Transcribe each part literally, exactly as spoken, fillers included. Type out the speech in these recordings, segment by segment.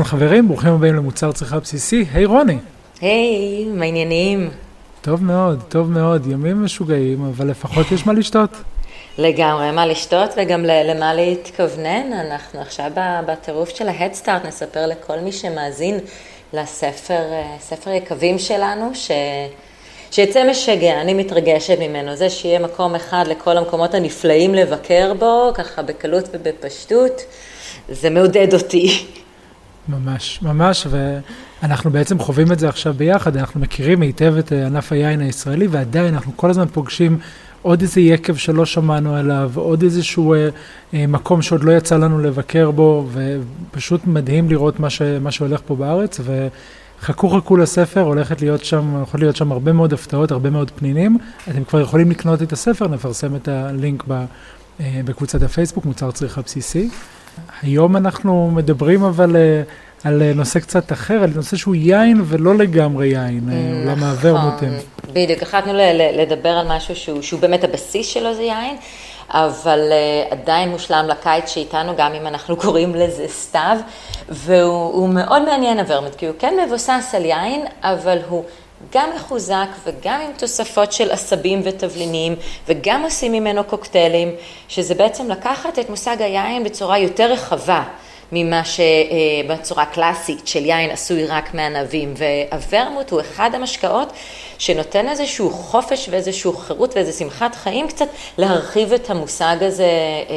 חברים, ברוכים הבאים למוצר צריכה בסיסי. היי רוני. היי, מה העניינים? טוב מאוד, טוב מאוד. ימים משוגעים, אבל לפחות יש מה לשתות. לגמרי, מה לשתות וגם למה להתכוונן. אנחנו עכשיו בטירוף של ההדסטארט נספר לכל מי שמאזין לספר, ספר יקבים שלנו, ש... שיצא משגע, אני מתרגשת ממנו. זה שיהיה מקום אחד לכל המקומות הנפלאים לבקר בו, ככה בקלות ובפשטות, זה מעודד אותי. ממש, ממש, ואנחנו בעצם חווים את זה עכשיו ביחד, אנחנו מכירים היטב את ענף היין הישראלי, ועדיין אנחנו כל הזמן פוגשים עוד איזה יקב שלא שמענו עליו, עוד איזשהו אה, אה, מקום שעוד לא יצא לנו לבקר בו, ופשוט מדהים לראות מה, ש, מה שהולך פה בארץ, וחכו חכו לספר, הולכת להיות שם, יכול להיות שם הרבה מאוד הפתעות, הרבה מאוד פנינים, אתם כבר יכולים לקנות את הספר, נפרסם את הלינק ב, אה, בקבוצת הפייסבוק, מוצר צריכה בסיסי. היום אנחנו מדברים אבל על נושא קצת אחר, על נושא שהוא יין ולא לגמרי יין, עולם הוורמוטים. בדיוק, החלטנו לדבר על משהו שהוא, שהוא באמת הבסיס שלו זה יין, אבל עדיין מושלם לקיץ שאיתנו, גם אם אנחנו קוראים לזה סתיו, והוא מאוד מעניין הוורמוט, כי הוא כן מבוסס על יין, אבל הוא גם מחוזק וגם עם תוספות של עשבים ותבלינים, וגם עושים ממנו קוקטיילים, שזה בעצם לקחת את מושג היין בצורה יותר רחבה, ממה שבצורה קלאסית של יין עשוי רק מענבים, והוורמוט הוא אחד המשקאות שנותן איזשהו חופש ואיזשהו חירות ואיזו שמחת חיים, קצת להרחיב את המושג הזה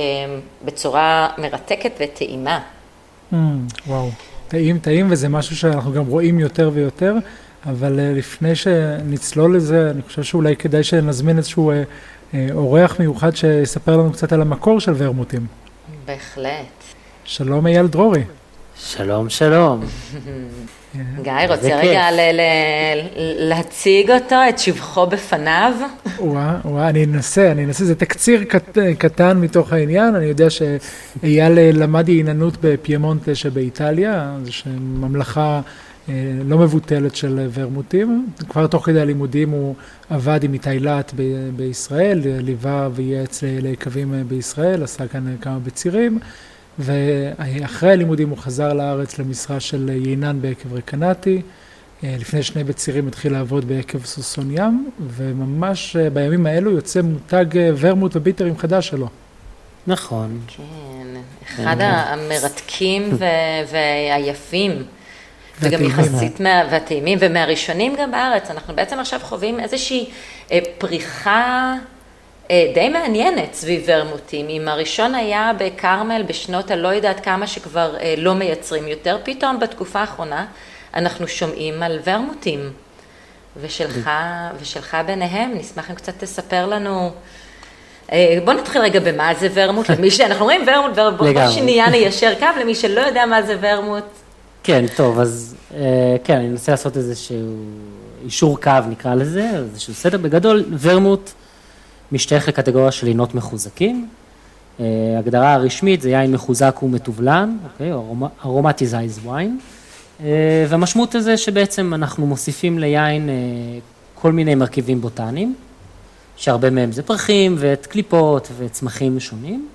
בצורה מרתקת וטעימה. Mm, וואו, טעים, טעים, וזה משהו שאנחנו גם רואים יותר ויותר, אבל לפני שנצלול לזה, אני חושב שאולי כדאי שנזמין איזשהו אורח מיוחד שיספר לנו קצת על המקור של ורמוטים. בהחלט. שלום אייל דרורי. שלום, שלום. גיא, רוצה רגע להציג אותו, את שבחו בפניו? וואה, וואה, אני אנסה, אני אנסה, זה תקציר קטן מתוך העניין, אני יודע שאייל למד עיננות בפיימונט שבאיטליה, זה ממלכה לא מבוטלת של ורמוטים, כבר תוך כדי הלימודים הוא עבד עם איתי לט ב- בישראל, ליווה וייעץ ליקבים בישראל, עשה כאן כמה בצירים, ואחרי הלימודים הוא חזר לארץ למשרה של יינן ביקב רקנטי, לפני שני בצירים התחיל לעבוד ביקב סוסון ים, וממש בימים האלו יוצא מותג ורמוט וביטרים חדש שלו. נכון. כן, אחד המרתקים והיפים. וגם יחסית מה, והטעימים ומהראשונים גם בארץ, אנחנו בעצם עכשיו חווים איזושהי אה, פריחה אה, די מעניינת סביב ורמוטים. אם הראשון היה בקרמל בשנות הלא יודעת כמה שכבר אה, לא מייצרים יותר, פתאום בתקופה האחרונה אנחנו שומעים על ורמוטים. ושלך, ושלך ביניהם, נשמח אם קצת תספר לנו, אה, בוא נתחיל רגע במה זה ורמוט, למי שאנחנו רואים ורמוט, בוא שנייה ניישר קו למי שלא יודע מה זה ורמוט. כן, טוב, אז כן, אני אנסה לעשות איזשהו אישור קו, נקרא לזה, איזשהו סדר. בגדול, ורמוט משתייך לקטגוריה של עינות מחוזקים. הגדרה הרשמית זה יין מחוזק ומתובלן, אוקיי, aromatized wine. והמשמעות הזה שבעצם אנחנו מוסיפים ליין כל מיני מרכיבים בוטניים, שהרבה מהם זה פרחים וקליפות וצמחים שונים,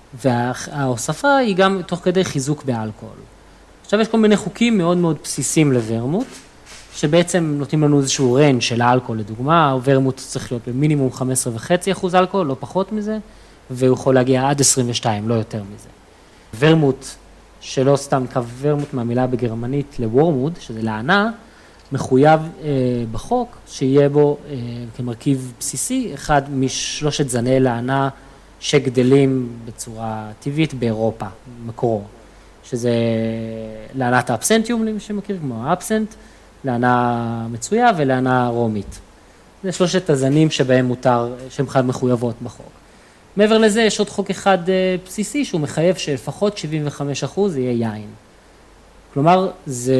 וההוספה היא גם תוך כדי חיזוק באלכוהול. עכשיו יש כל מיני חוקים מאוד מאוד בסיסיים לוורמוט, שבעצם נותנים לנו איזשהו רנג' של האלכוהול, לדוגמה, וורמוט צריך להיות במינימום חמישה עשר וחצי אחוז אלכוהול, לא פחות מזה, והוא יכול להגיע עד עשרים ושתיים, לא יותר מזה. וורמוט, שלא סתם קו וורמוט מהמילה בגרמנית לוורמוד, שזה לענה, מחויב אה, בחוק, שיהיה בו אה, כמרכיב בסיסי, אחד משלושת זני לענה שגדלים בצורה טבעית באירופה, מקורו. שזה לענת האבסנטיום, למי שמכיר, כמו האבסנט, לענה מצויה ולענה רומית. זה שלושת הזנים שבהם מותר, שהן חד מחויבות בחוק. מעבר לזה, יש עוד חוק אחד בסיסי, שהוא מחייב שלפחות שבעים וחמישה אחוז יהיה יין. כלומר, זה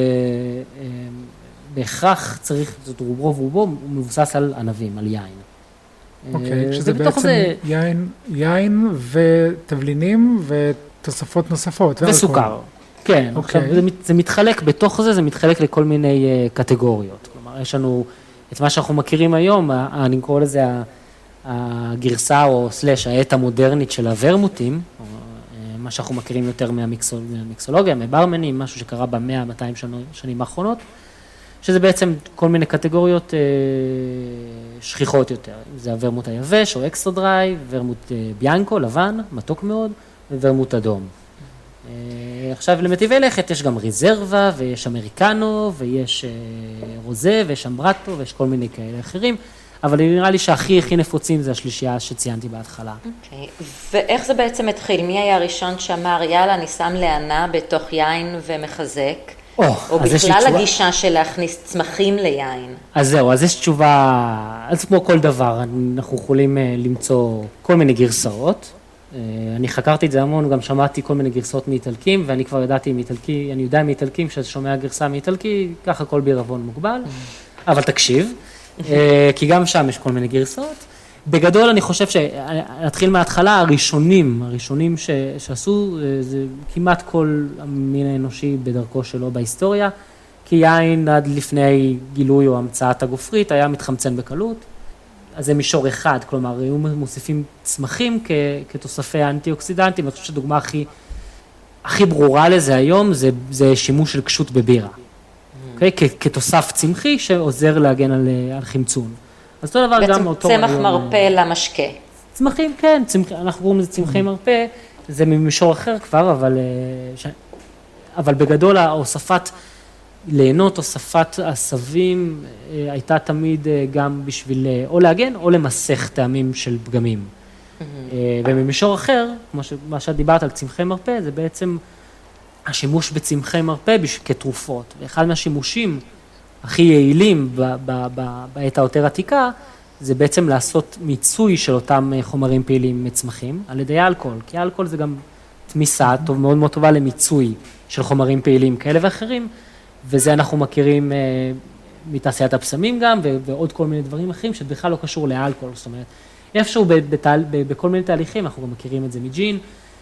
בהכרח צריך, זאת רוב רובו, הוא מבוסס על ענבים, על יין. אוקיי, שזה בעצם יין, יין ותבלינים ו... תוספות נוספות. וסוכר, כן. עכשיו, זה, זה מתחלק בתוך זה, זה מתחלק לכל מיני uh, קטגוריות. כלומר, יש לנו את מה שאנחנו מכירים היום, אני קורא לזה הגרסה או סלש, העת המודרנית של הוורמוטים, מה מה שאנחנו מכירים יותר מהמיקסולוגיה, מברמנים, משהו שקרה במאה, מאתיים שנים האחרונות, שזה בעצם כל מיני קטגוריות שכיחות יותר. זה הוורמוט היבש או אקסטרה דריי, וורמוט ביאנקו, לבן, מתוק מאוד, וורמוט אדום. עכשיו למטיבי לכת יש גם ריזרבה, ויש אמריקנו, ויש רוזה, ויש אמברטו, ויש כל מיני כאלה אחרים, אבל נראה לי שהכי הכי נפוצים זה השלישייה שציינתי בהתחלה. אוקיי, ואיך זה בעצם התחיל? מי היה הראשון שאמר, יאללה, אני שם לענה בתוך יין ומחזק? או, או בכלל הגישה של להכניס צמחים ליין? אז זהו, אז יש תשובה, אז כמו כל דבר, אנחנו יכולים למצוא כל מיני גרסאות. אני חקרתי את זה המון, גם שמעתי כל מיני גרסאות מאיטלקים, ואני כבר ידעתי מאיטלקי, אני יודע מאיטלקים שאתה שומע גרסה מאיטלקי, ככה הכל בעירבון מוגבל, אבל תקשיב, כי גם שם יש כל מיני גרסאות. בגדול אני חושב שנתחיל מההתחלה, הראשונים, הראשונים ש, שעשו, זה כמעט כל המין האנושי בדרכו שלו בהיסטוריה, כי יין עד לפני גילוי או המצאת הגופרית היה מתחמצן בקלות, אז זה מישור אחד, כלומר, היו מוסיפים צמחים כ, כתוספי האנטי-אוקסידנטים, אני חושב שהדוגמה הכי, הכי ברורה לזה היום, זה, זה שימוש של קשות בבירה, אוקיי? כ, כתוסף צמחי שעוזר להגן על, על חמצון. אז אותו דבר גם אותו... בעצם צמח מרפא למשקה. צמחים, כן, צמח, אנחנו קוראים לזה צמחי מרפא, זה ממישור אחר כבר, אבל, ש... אבל בגדול ההוספת, ליהנות, הוספת עשבים, הייתה תמיד גם בשביל או להגן או למסך טעמים של פגמים. וממישור אחר, כמו מה שאת דיברת על צמחי מרפא, זה בעצם השימוש בצמחי מרפא כתרופות. ואחד מהשימושים הכי יעילים בעת היותר עתיקה, זה בעצם לעשות מיצוי של אותם חומרים פעילים מצמחים על ידי אלכוהול, כי אלכוהול זה גם תמיסה טוב, מאוד מאוד טובה למיצוי של חומרים פעילים כאלה ואחרים, וזה אנחנו מכירים מתעשיית הפסמים גם, ועוד כל מיני דברים אחרים שבכלל לא קשור לאלכוהול, זאת אומרת, איפשהו בכל מיני תהליכים, אנחנו גם מכירים את זה מג'ין,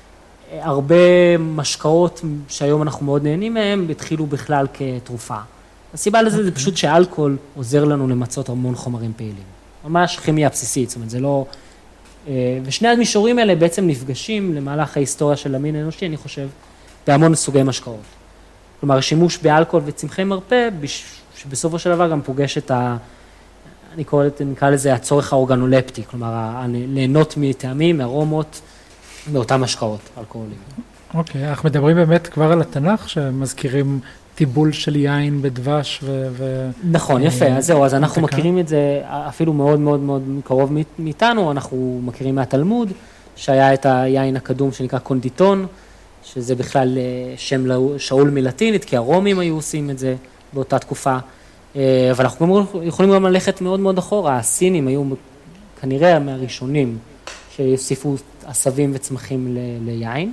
הרבה משקאות שהיום אנחנו מאוד נהנים מהם, התחילו בכלל כתרופה. הסיבה לזה זה פשוט שאלכוהול עוזר לנו למצות המון חומרים פעילים. ממש כימיה בסיסית, זאת אומרת, זה לא... ושני המישורים האלה בעצם נפגשים למהלך ההיסטוריה של המין האנושי, אני חושב, בהמון סוגי משקאות. כלומר, השימוש באלכוהול וצמחי מרפא, שבסופו של דבר גם פוגש את ה... אני קורא, נקרא לזה הצורך האורגנולפטי, כלומר, ליהנות מטעמים, מארומות, מאותם משקאות אלכוהוליים. אוקיי, אנחנו מדברים באמת כבר על התנ"ך, שמזכירים טיבול של יין בדבש ו... נכון, יפה, אז זהו, אז אנחנו מכירים את זה אפילו מאוד מאוד מאוד קרוב מאיתנו, אנחנו מכירים מהתלמוד, שהיה את היין הקדום שנקרא קונדיטון, שזה בכלל שם שאול מלטינית, כי הרומים היו עושים את זה באותה תקופה, אבל אנחנו יכולים גם ללכת מאוד מאוד אחורה, הסינים היו כנראה מהראשונים שיוסיפו עשבים וצמחים ליין,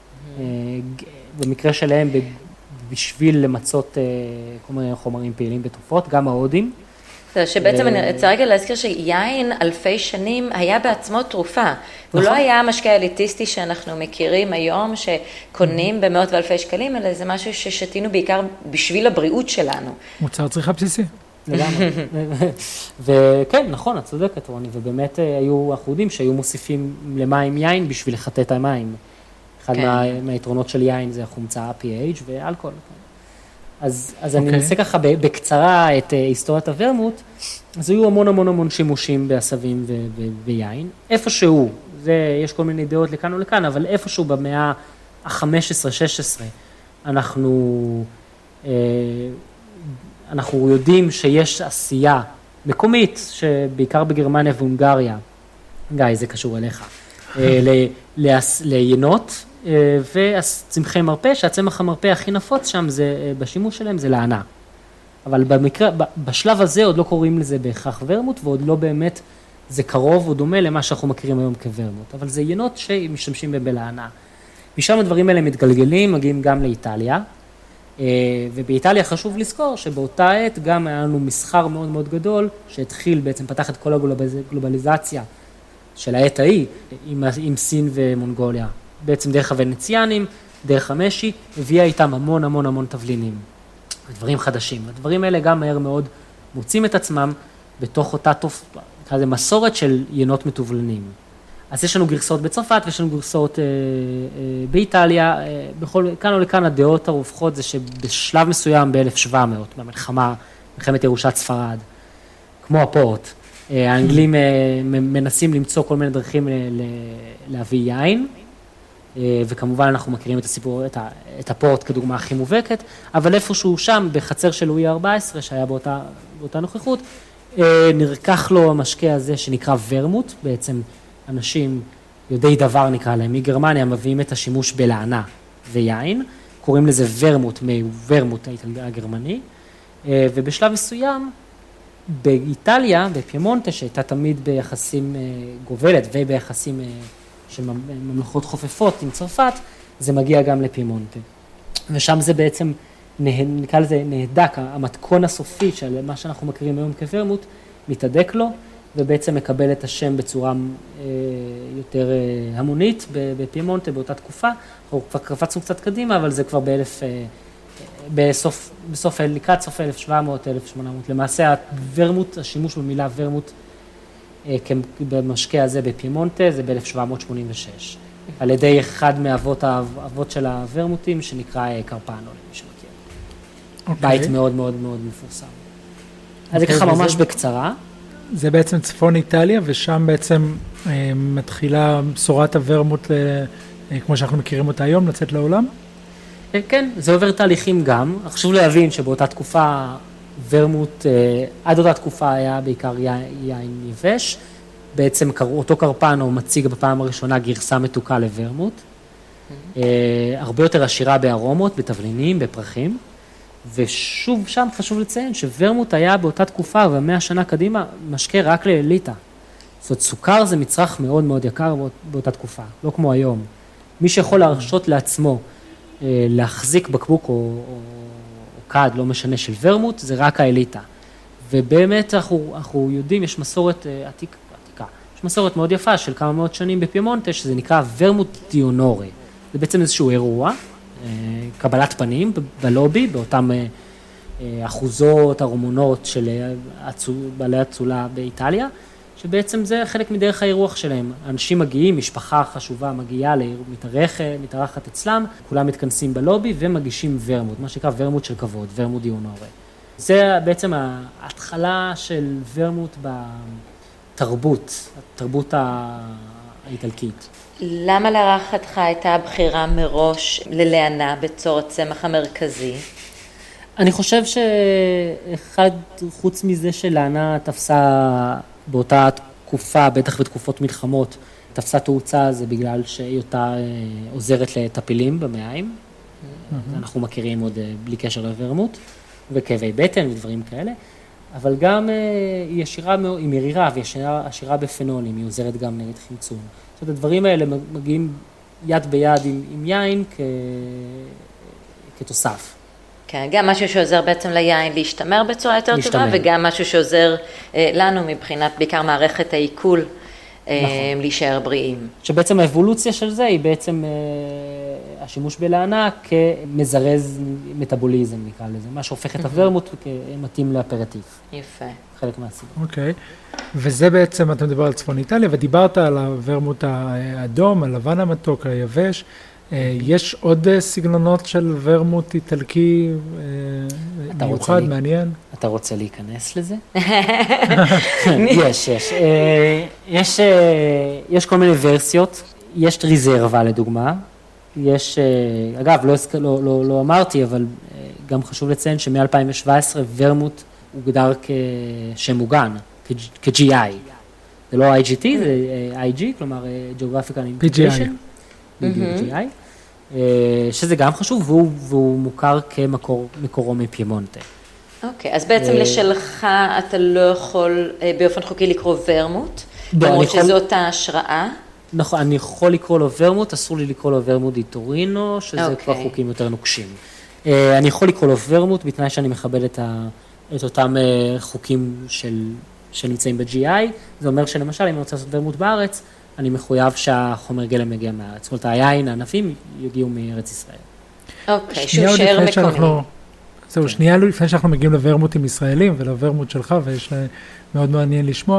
במקרה שלהם בשביל למצות כל מיני חומרים פעילים בתרופות, גם ההודים. שבעצם אני רוצה רגע להזכיר שיין אלפי שנים היה בעצמו תרופה. הוא לא היה המשקה אליטיסטי שאנחנו מכירים היום, שקונים במאות ואלפי שקלים, אלא זה משהו ששתינו בעיקר בשביל הבריאות שלנו. מוצר צריכה בסיסי. לגמרי. וכן, נכון, את צודקת, רוני, ובאמת היו אחודים שהיו מוסיפים למים יין בשביל לחטא את המים. אחד מהיתרונות של יין זה החומצה ה-פי אייץ' ואלכוהול. אז, אז אני אנסה ככה בקצרה את היסטוריית הוורמוט, אז היו המון המון המון שימושים בעשבים ויין, איפשהו, זה, יש כל מיני דעות לכאן או לכאן, אבל איפשהו במאה ה-חמש עשרה שש עשרה, אנחנו, אנחנו יודעים שיש עשייה מקומית, שבעיקר בגרמניה והונגריה, גיא, זה קשור אליך, לינות, וצמחי מרפא, שהצמח המרפא הכי נפוץ שם, זה, בשימוש שלהם זה לענה. אבל במקרה, בשלב הזה עוד לא קוראים לזה בהכרח ורמוט, ועוד לא באמת זה קרוב או דומה למה שאנחנו מכירים היום כוורמוט. אבל זה ינות שמשתמשים בהם בלענה. משם הדברים האלה מתגלגלים, מגיעים גם לאיטליה, ובאיטליה חשוב לזכור שבאותה עת גם היה לנו מסחר מאוד מאוד גדול, שהתחיל בעצם פתח את כל הגלובליזציה של העת ההיא, עם, עם סין ומונגוליה. בעצם דרך הוונציאנים, דרך המשי, הביאה איתם המון המון המון תבלינים, דברים חדשים. הדברים האלה גם מהר מאוד מוצאים את עצמם בתוך אותה תוף, כזה מסורת של ינות מתובלנים. אז יש לנו גרסאות בצרפת ויש לנו גרסאות אה, אה, באיטליה, אה, בכל, כאן או לכאן הדעות הרווחות זה שבשלב מסוים ב-אלף שבע מאות, במלחמה, מלחמת ירושת ספרד, כמו הפורט, אה, האנגלים אה, מנסים למצוא כל מיני דרכים ל- ל- להביא יין, אה, וכמובן אנחנו מכירים את הסיפור, את, ה, את הפורט כדוגמה הכי מובהקת, אבל איפשהו שם, בחצר של לואי ה-ארבע עשרה, שהיה באותה, באותה נוכחות, אה, נרקח לו המשקה הזה שנקרא ורמוט, בעצם אנשים יודעי דבר נקרא להם, מגרמניה מביאים את השימוש בלענה ויין, קוראים לזה ורמוט, מוורמוט הגרמני, ובשלב מסוים, באיטליה, בפיימונטה, שהייתה תמיד ביחסים גובלת וביחסים של ממלכות חופפות עם צרפת, זה מגיע גם לפיימונטה. ושם זה בעצם, נקרא לזה נהדק, המתכון הסופי של מה שאנחנו מכירים היום כוורמוט, מתהדק לו, ובעצם מקבל את השם בצורה אה, יותר אה, המונית בפיימונטה באותה תקופה. אנחנו כבר קפצנו קצת קדימה, אבל זה כבר באלף, אה, בסוף, בסוף, לקראת סוף אלף שבע מאות, אלף שמונה מאות. למעשה, הוורמוט, השימוש במילה וורמוט אה, במשקה הזה בפיימונטה, זה ב-אלף שבע מאות שמונים ושש. על ידי אחד מהאבות האבות של הוורמוטים, שנקרא אה, קרפאנו, למי שמכיר. Okay. בית מאוד מאוד מאוד מפורסם. Okay, אז זה ככה ממש זה... בקצרה. זה בעצם צפון איטליה, ושם בעצם אה, מתחילה בשורת הוורמוט, אה, כמו שאנחנו מכירים אותה היום, לצאת לעולם? אה, כן, זה עובר תהליכים גם. חשוב להבין שבאותה תקופה וורמוט, אה, עד אותה תקופה היה בעיקר יין יבש. בעצם אותו קרפאנו מציג בפעם הראשונה גרסה מתוקה לוורמוט. אה, הרבה יותר עשירה בארומות, בתבלינים, בפרחים. ושוב שם חשוב לציין שוורמוט היה באותה תקופה ומאה שנה קדימה משקה רק לאליטה. זאת אומרת, סוכר זה מצרך מאוד מאוד יקר באותה תקופה, לא כמו היום. מי שיכול להרשות לעצמו להחזיק בקבוק או, או, או קד, לא משנה, של וורמוט, זה רק האליטה. ובאמת אנחנו, אנחנו יודעים, יש מסורת עתיק, עתיקה, יש מסורת מאוד יפה של כמה מאות שנים בפיימונטה, שזה נקרא וורמוט דיונורי. זה בעצם איזשהו אירוע, קבלת פנים בלובי, באותם אחוזות, ארמונות של בעלי אצולה באיטליה, שבעצם זה חלק מדרך האירוח שלהם. אנשים מגיעים, משפחה חשובה מגיעה, מתארחת אצלם, כולם מתכנסים בלובי ומגישים וורמוט, מה שנקרא וורמוט של כבוד, וורמוט דיונורי. זה בעצם ההתחלה של וורמוט בתרבות, התרבות האיטלקית. למה להערכתך הייתה הבחירה מראש ללענה בתור הצמח המרכזי? אני חושב שאחד, חוץ מזה שלענה תפסה באותה תקופה, בטח בתקופות מלחמות, תפסה תאוצה, זה בגלל שהיותה עוזרת לטפילים במעיים. Mm-hmm. אנחנו מכירים עוד בלי קשר לוורמוט, וכאבי בטן ודברים כאלה. אבל גם היא עשירה, היא מרירה והיא עשירה בפנולים, היא עוזרת גם נגד חמצון. זאת אומרת, הדברים האלה מגיעים יד ביד עם, עם יין כ... כתוסף. כן, גם משהו שעוזר בעצם ליין להשתמר בצורה יותר להשתמר. טובה, וגם משהו שעוזר אה, לנו מבחינת בעיקר מערכת העיכול, אה, נכון. להישאר בריאים. שבעצם האבולוציה של זה היא בעצם אה, השימוש בלענה כמזרז מטאבוליזם נקרא לזה, מה שהופך את הוורמוט כמתאים לאפרטיב. יפה. חלק מהסיבה. אוקיי, וזה בעצם, אתה מדבר על צפון איטליה, ודיברת על הוורמוט האדום, הלבן המתוק, היבש. יש עוד סגנונות של וורמוט איטלקי מיוחד, מעניין? אתה רוצה להיכנס לזה? יש, יש. יש, יש כל מיני ורסיות, יש ריזרבה לדוגמה, יש, אגב, לא, לא, לא, לא אמרתי, אבל גם חשוב לציין שמ-אלפיים שבע עשרה וורמוט הוגדר כשם מוגן, כ-ג'י איי. זה לא איי ג'י טי, זה איי ג'י, כלומר Geographical Indication. ג'י איי, שזה גם חשוב, והוא, והוא מוכר כמקורו מפיימונטה. אוקיי, אז בעצם לשלך אתה לא יכול באופן חוקי לקרוא וורמוט, למרות שזאת ההשראה? נכון, אני יכול לקרוא לו וורמוט, אסור לי לקרוא לו וורמוט די טורינו, שזה כבר חוקים יותר נוקשים. אני יכול לקרוא לו וורמוט, בתנאי שאני מכבד את, ה, את אותם חוקים של, שנמצאים ב-ג'י איי, זה אומר שלמשל, אם אני רוצה לעשות וורמוט בארץ, אני מחויב שהחומר גלם יגיע מהארץ. זאת אומרת, היין, הענפים, יגיעו מארץ ישראל. אוקיי, שהוא שער מקומי. זהו, שנייה לפני שאנחנו מגיעים לוורמוטים ישראלים ולוורמוט שלך, ויש מאוד מעניין לשמוע,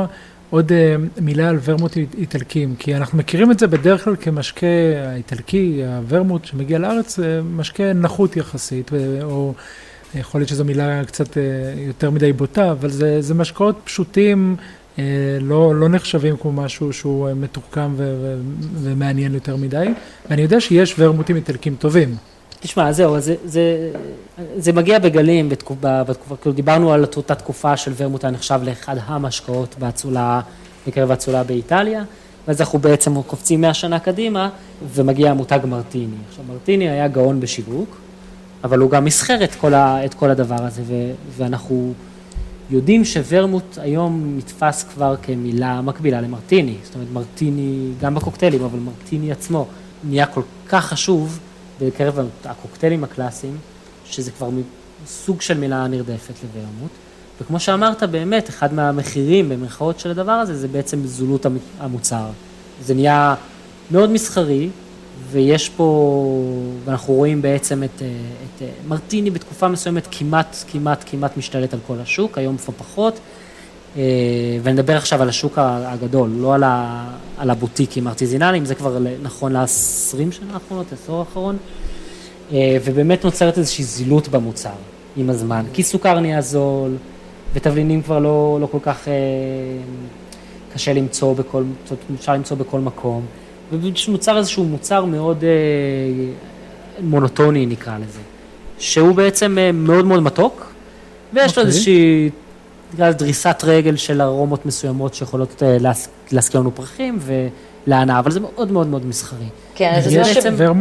עוד מילה על ורמוט איטלקים, כי אנחנו מכירים את זה בדרך כלל כמשקה האיטלקי, הוורמוט שמגיע לארץ, משקה נחות יחסית, או יכול להיות שזו מילה קצת יותר מדי בוטה, אבל זה, זה משקאות פשוטים, לא, לא נחשבים כמו משהו שהוא מתוחכם ו- ו- ומעניין יותר מדי, ואני יודע שיש ורמוטים איטלקים טובים. תשמע, זהו, זה, זה, זה מגיע בגלים, בתקופה, בתקופה, דיברנו על אותה תקופה של ורמוט הנחשב לאחד המשקאות באצולה, בקרב האצולה באיטליה, ואז אנחנו בעצם קופצים מאה שנה קדימה, ומגיע המותג מרטיני. עכשיו, מרטיני היה גאון בשיווק, אבל הוא גם מסחר את כל, ה, את כל הדבר הזה, ו, ואנחנו יודעים שוורמוט היום נתפס כבר כמילה מקבילה למרטיני, זאת אומרת, מרטיני, גם בקוקטיילים, אבל מרטיני עצמו נהיה כל כך חשוב, בקרב הקוקטיילים הקלאסיים, שזה כבר סוג של מילה נרדפת לוורמוט, וכמו שאמרת, באמת, אחד מהמחירים במרכאות של הדבר הזה, זה בעצם זולות המוצר. זה נהיה מאוד מסחרי, ויש פה, ואנחנו רואים בעצם את, את מרטיני בתקופה מסוימת כמעט, כמעט, כמעט משתלט על כל השוק, היום כבר פחות, ונדבר עכשיו על השוק הגדול, לא על, ה, על הבוטיקים הארטיזינליים, זה כבר נכון ל-עשרים שנה האחרונות, עשור האחרון, ובאמת נוצרת איזושהי זילות במוצר עם הזמן, כי סוכר נהיה זול, ותבלינים כבר לא, לא כל כך קשה למצוא בכל, אפשר למצוא בכל מקום, ונוצר איזשהו מוצר מאוד מונוטוני נקרא לזה, שהוא בעצם מאוד מאוד מתוק, ויש לו איזושהי דריסת רגל של ארומות מסוימות שיכולות להזכיר לנו פרחים ולהנאה, אבל זה מאוד מאוד מאוד מסחרי. כן, אז זה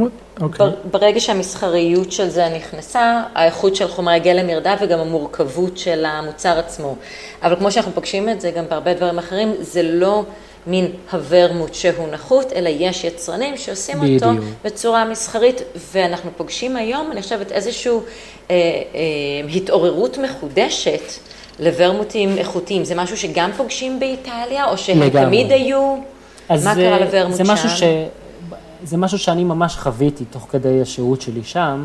ברגע שהמסחריות של זה נכנסה, האיכות של חומרי גלם ירדה וגם המורכבות של המוצר עצמו. אבל כמו שאנחנו פוגשים את זה גם בהרבה דברים אחרים, זה לא מין הוורמוט שהוא נחות, אלא יש יצרנים שעושים אותו בצורה מסחרית, ואנחנו פוגשים היום, אני חושבת, איזושהי אה, אה, התעוררות מחודשת, לוורמוטים איכותיים, זה משהו שגם פוגשים באיטליה, או שהם לגמרי. תמיד היו? מה קרה לוורמוט זה שם? משהו ש... זה משהו שאני ממש חוויתי תוך כדי השהות שלי שם,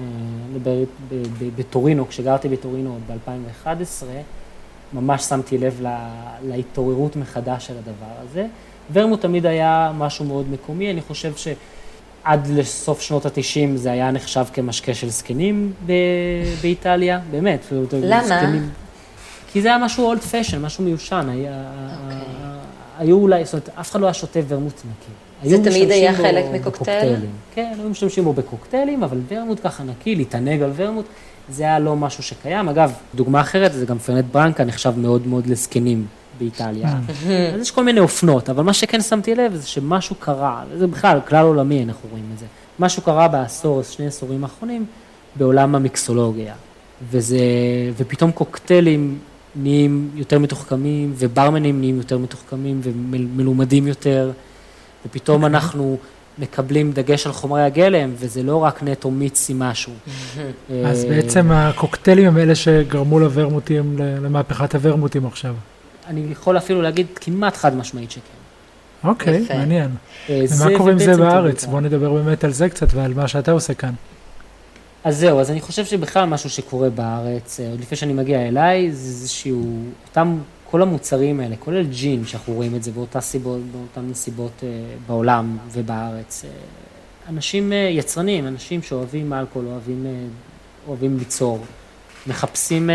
בטורינו, כשגרתי בטורינו ב-אלפיים ואחת עשרה, ממש שמתי לב להתעוררות מחדש של הדבר הזה. וורמוט תמיד היה משהו מאוד מקומי, אני חושב שעד לסוף שנות ה-תשעים זה היה נחשב כמשקה של זקנים באיטליה, באמת. למה? זקנים, כי זה היה משהו אולד פשן, משהו מיושן, היה, okay. היו אולי, זאת אומרת, אף אחד לא היה שותה ורמוט נקי. זה תמיד היה חלק מקוקטייל? כן, היו משתמשים בו בקוקטיילים, אבל ורמוט ככה נקי, להתענג על ורמוט, זה היה לא משהו שקיים. אגב, דוגמה אחרת, זה גם פרנט ברנקה נחשב מאוד מאוד לזקנים באיטליה. אז יש כל מיני אופנות, אבל מה שכן שמתי לב זה שמשהו קרה, זה בכלל, כלל עולמי אנחנו רואים את זה, משהו קרה בעשור, שני עשורים האחרונים, בעולם המיקסולוגיה. וזה, ופתאום קוקטיילים נהיים יותר מתוחכמים, וברמנים נהיים יותר מתוחכמים ומלומדים יותר, ופתאום אנחנו מקבלים דגש על חומרי הגלם, וזה לא רק נטו מיץ עם משהו. אז בעצם הקוקטיילים הם אלה שגרמו לוורמוטים, למהפכת הוורמוטים עכשיו. אני יכול אפילו להגיד כמעט חד משמעית שכן. אוקיי, מעניין. ומה קורה עם זה בארץ? בוא נדבר באמת על זה קצת ועל מה שאתה עושה כאן. אז זהו, אז אני חושב שבכלל משהו שקורה בארץ, עוד לפני שאני מגיע אליי, זה איזשהו, אותם, כל המוצרים האלה, כולל ג'ין, שאנחנו רואים את זה באותה סיבות, באותן נסיבות בעולם ובארץ. אנשים יצרנים, אנשים שאוהבים אלכוהול, אוהבים, אוהבים ליצור, מחפשים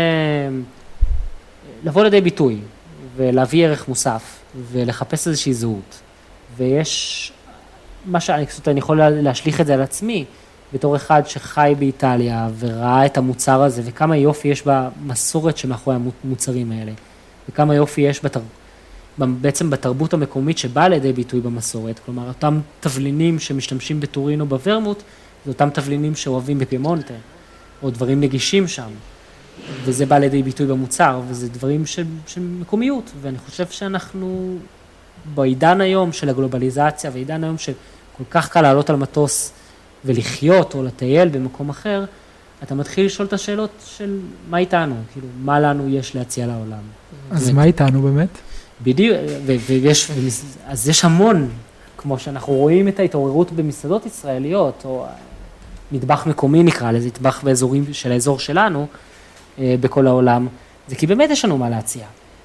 לבוא לידי ביטוי, ולהביא ערך מוסף, ולחפש איזושהי זהות. ויש, מה שאני, אני יכול להשליך את זה על עצמי, בתור אחד שחי באיטליה וראה את המוצר הזה, וכמה יופי יש במסורת שמאחורי המוצרים האלה, וכמה יופי יש בתר... בעצם בתרבות המקומית שבאה לידי ביטוי במסורת, כלומר, אותם תבלינים שמשתמשים בטורינו בוורמוט, זה אותם תבלינים שאוהבים בפימונטה, או דברים נגישים שם, וזה בא לידי ביטוי במוצר, וזה דברים של, של מקומיות, ואני חושב שאנחנו בעידן היום של הגלובליזציה, ועידן היום שכל כך קל לעלות על מטוס, ולחיות או לטייל במקום אחר, אתה מתחיל לשאול את השאלות של מה איתנו, כאילו, מה לנו יש להציע לעולם. אז מה איתנו באמת? בדיוק, ויש, אז יש המון, כמו שאנחנו רואים את ההתעוררות במסעדות ישראליות, או מטבח מקומי נקרא לזה, מטבח באזורים של האזור שלנו, בכל העולם, זה כי באמת יש לנו מה להציע.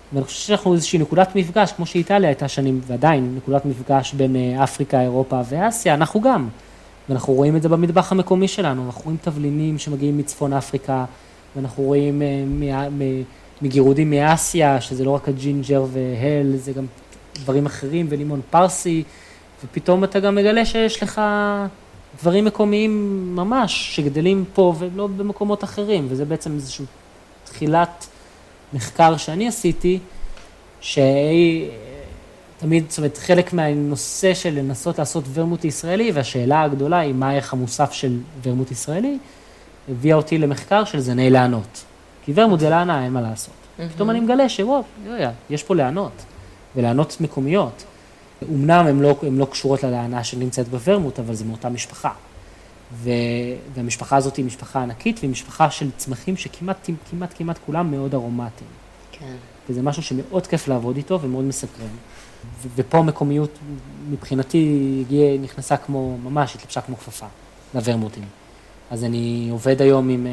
ואני חושב שאנחנו איזושהי נקודת מפגש, כמו שאיטליה הייתה שנים, ועדיין נקודת מפגש בין אפריקה, אירופה ואסיה, אנחנו גם. ואנחנו רואים את זה במטבח המקומי שלנו, אנחנו רואים תבלינים שמגיעים מצפון אפריקה, ואנחנו רואים מגירודים מאסיה, שזה לא רק הג'ינג'ר והל, זה גם דברים אחרים, ולימון פרסי, ופתאום אתה גם מגלה שיש לך דברים מקומיים ממש, שגדלים פה ולא במקומות אחרים, וזה בעצם איזשהו תחילת מחקר שאני עשיתי, שהיא תמיד, זאת אומרת, חלק מהנושא של לנסות לעשות ורמוט ישראלי, והשאלה הגדולה היא מה הערך המוסף של ורמוט ישראלי, הביאה אותי למחקר של זני לענות. כי ורמוט זה לענה, אין מה לעשות. פתאום אני מגלה שוואו, יש פה לענות, ולענות מקומיות. אמנם הן לא, הן לא קשורות ללענה שנמצאת בוורמוט, אבל זה מאותה משפחה. ו... והמשפחה הזאת היא משפחה ענקית, והיא משפחה של צמחים שכמעט, כמעט, כמעט כולם מאוד ארומטיים. כן. וזה משהו שמאוד כיף לעבוד איתו ומאוד מסקרן. ו... ופה מקומיות מבחינתי הגיעה, נכנסה כמו, ממש התלבשה כמו כפפה לוורמוטים. אז אני עובד היום עם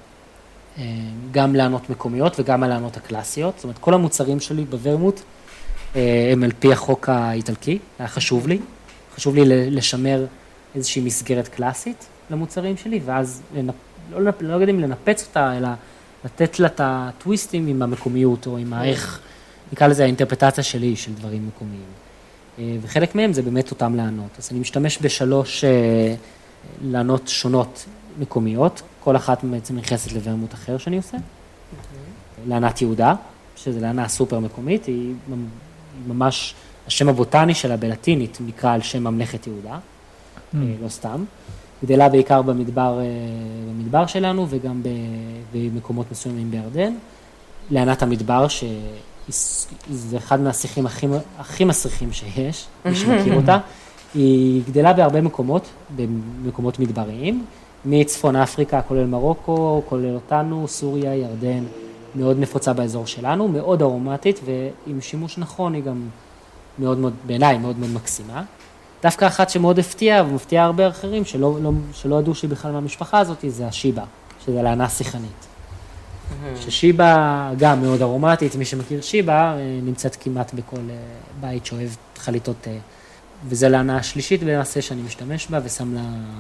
גם לענות מקומיות וגם הלענות הקלאסיות. זאת אומרת, כל המוצרים שלי בוורמוט הם על פי החוק האיטלקי, היה חשוב לי. חשוב לי לשמר איזושהי מסגרת קלאסית למוצרים שלי, ואז לנפ... לא, לא יודעים לנפץ אותה, אלא לתת לה את הטוויסטים עם המקומיות, או עם הערך, נקרא לזה האינטרפטציה שלי של דברים מקומיים. וחלק מהם זה באמת אותם לענות. אז אני משתמש בשלוש לענות שונות מקומיות, כל אחת בעצם נכנסת לוורמוט אחר שאני עושה. לענת יהודה, שזה לענה סופר מקומית, היא ממש, השם הבוטני שלה בלטינית נקרא על שם ממלכת יהודה. לא סתם, גדלה בעיקר במדבר, במדבר שלנו וגם במקומות מסוימים בירדן. לענת המדבר, שזה אחד מהשיחים הכי, הכי מסריחים שיש, מי שמכיר אותה, היא גדלה בהרבה מקומות, במקומות מדבריים, מצפון אפריקה, כולל מרוקו, כולל אותנו, סוריה, ירדן, מאוד נפוצה באזור שלנו, מאוד ארומטית, ועם שימוש נכון היא גם מאוד מאוד, בעיניי מאוד מאוד מקסימה. דווקא אחת שמאוד הפתיעה, ומפתיעה הרבה אחרים, שלא, לא, שלא ידעו שהיא בכלל מהמשפחה הזאת, זה השיבה, שזה לענה שיחנית. Mm-hmm. ששיבה גם מאוד ארומטית, מי שמכיר שיבה, נמצאת כמעט בכל בית שאוהב חליטות, וזה לענה השלישית במעשה שאני משתמש בה, ושם לה,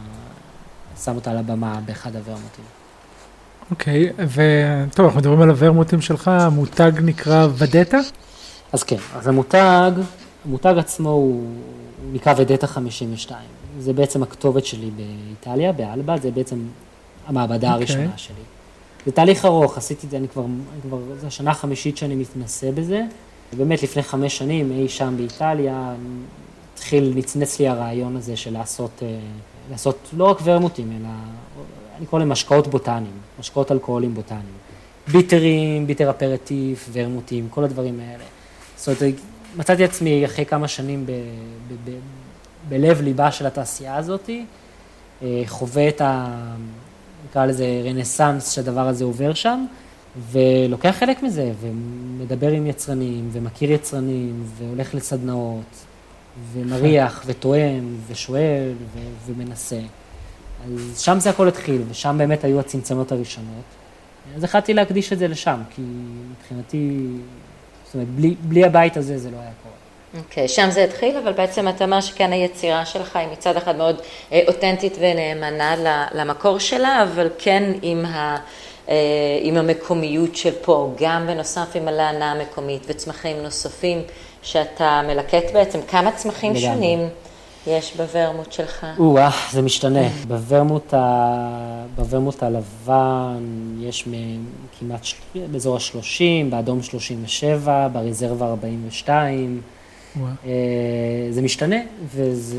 שם אותה על הבמה באחד הוורמוטים. אוקיי, okay, וטוב, אנחנו מדברים על הוורמוטים שלך, המותג נקרא ודטה? אז כן, אז המותג, המותג עצמו הוא... הוא נקרא ודטה חמישים ושתיים. זה בעצם הכתובת שלי באיטליה, באלבה, זה בעצם המעבדה okay. הראשונה שלי. זה תהליך ארוך, עשיתי את זה, אני כבר, כבר, זו השנה החמישית שאני מתנסה בזה. באמת לפני חמש שנים, אי שם באיטליה, התחיל, נצנץ לי הרעיון הזה של לעשות, לעשות לא רק ורמוטים, אלא, אני קורא להם משקאות בוטניים, משקאות אלכוהולים בוטניים. ביטרים, ביטר אפרטיף, ורמוטים, כל הדברים האלה. זאת אומרת, מצאתי עצמי אחרי כמה שנים ב, ב, ב, בלב ליבה של התעשייה הזאת, חווה את ה... נקרא לזה רנסנס שהדבר הזה עובר שם, ולוקח חלק מזה, ומדבר עם יצרנים, ומכיר יצרנים, והולך לסדנאות, ומריח, וטועם, ושואל, ו, ומנסה. אז שם זה הכל התחיל, ושם באמת היו הצמצמות הראשונות. אז החלטתי להקדיש את זה לשם, כי מבחינתי... זאת אומרת, בלי, בלי הבית הזה זה לא היה קורה. אוקיי, okay, שם זה התחיל, אבל בעצם אתה אומר שכאן היצירה שלך היא מצד אחד מאוד אה, אותנטית ונאמנה למקור שלה, אבל כן עם, ה, אה, עם המקומיות של פה, גם בנוסף עם הלענה המקומית וצמחים נוספים, שאתה מלקט בעצם כמה צמחים לגמרי. שונים יש בוורמוט שלך. או-אה, זה משתנה. בוורמוט, ה... בוורמוט הלבן יש כמעט של... באזור ה-שלושים, באדום שלושים ושבע, ברזרבה ארבעים ושתיים. וואו. זה משתנה, וזה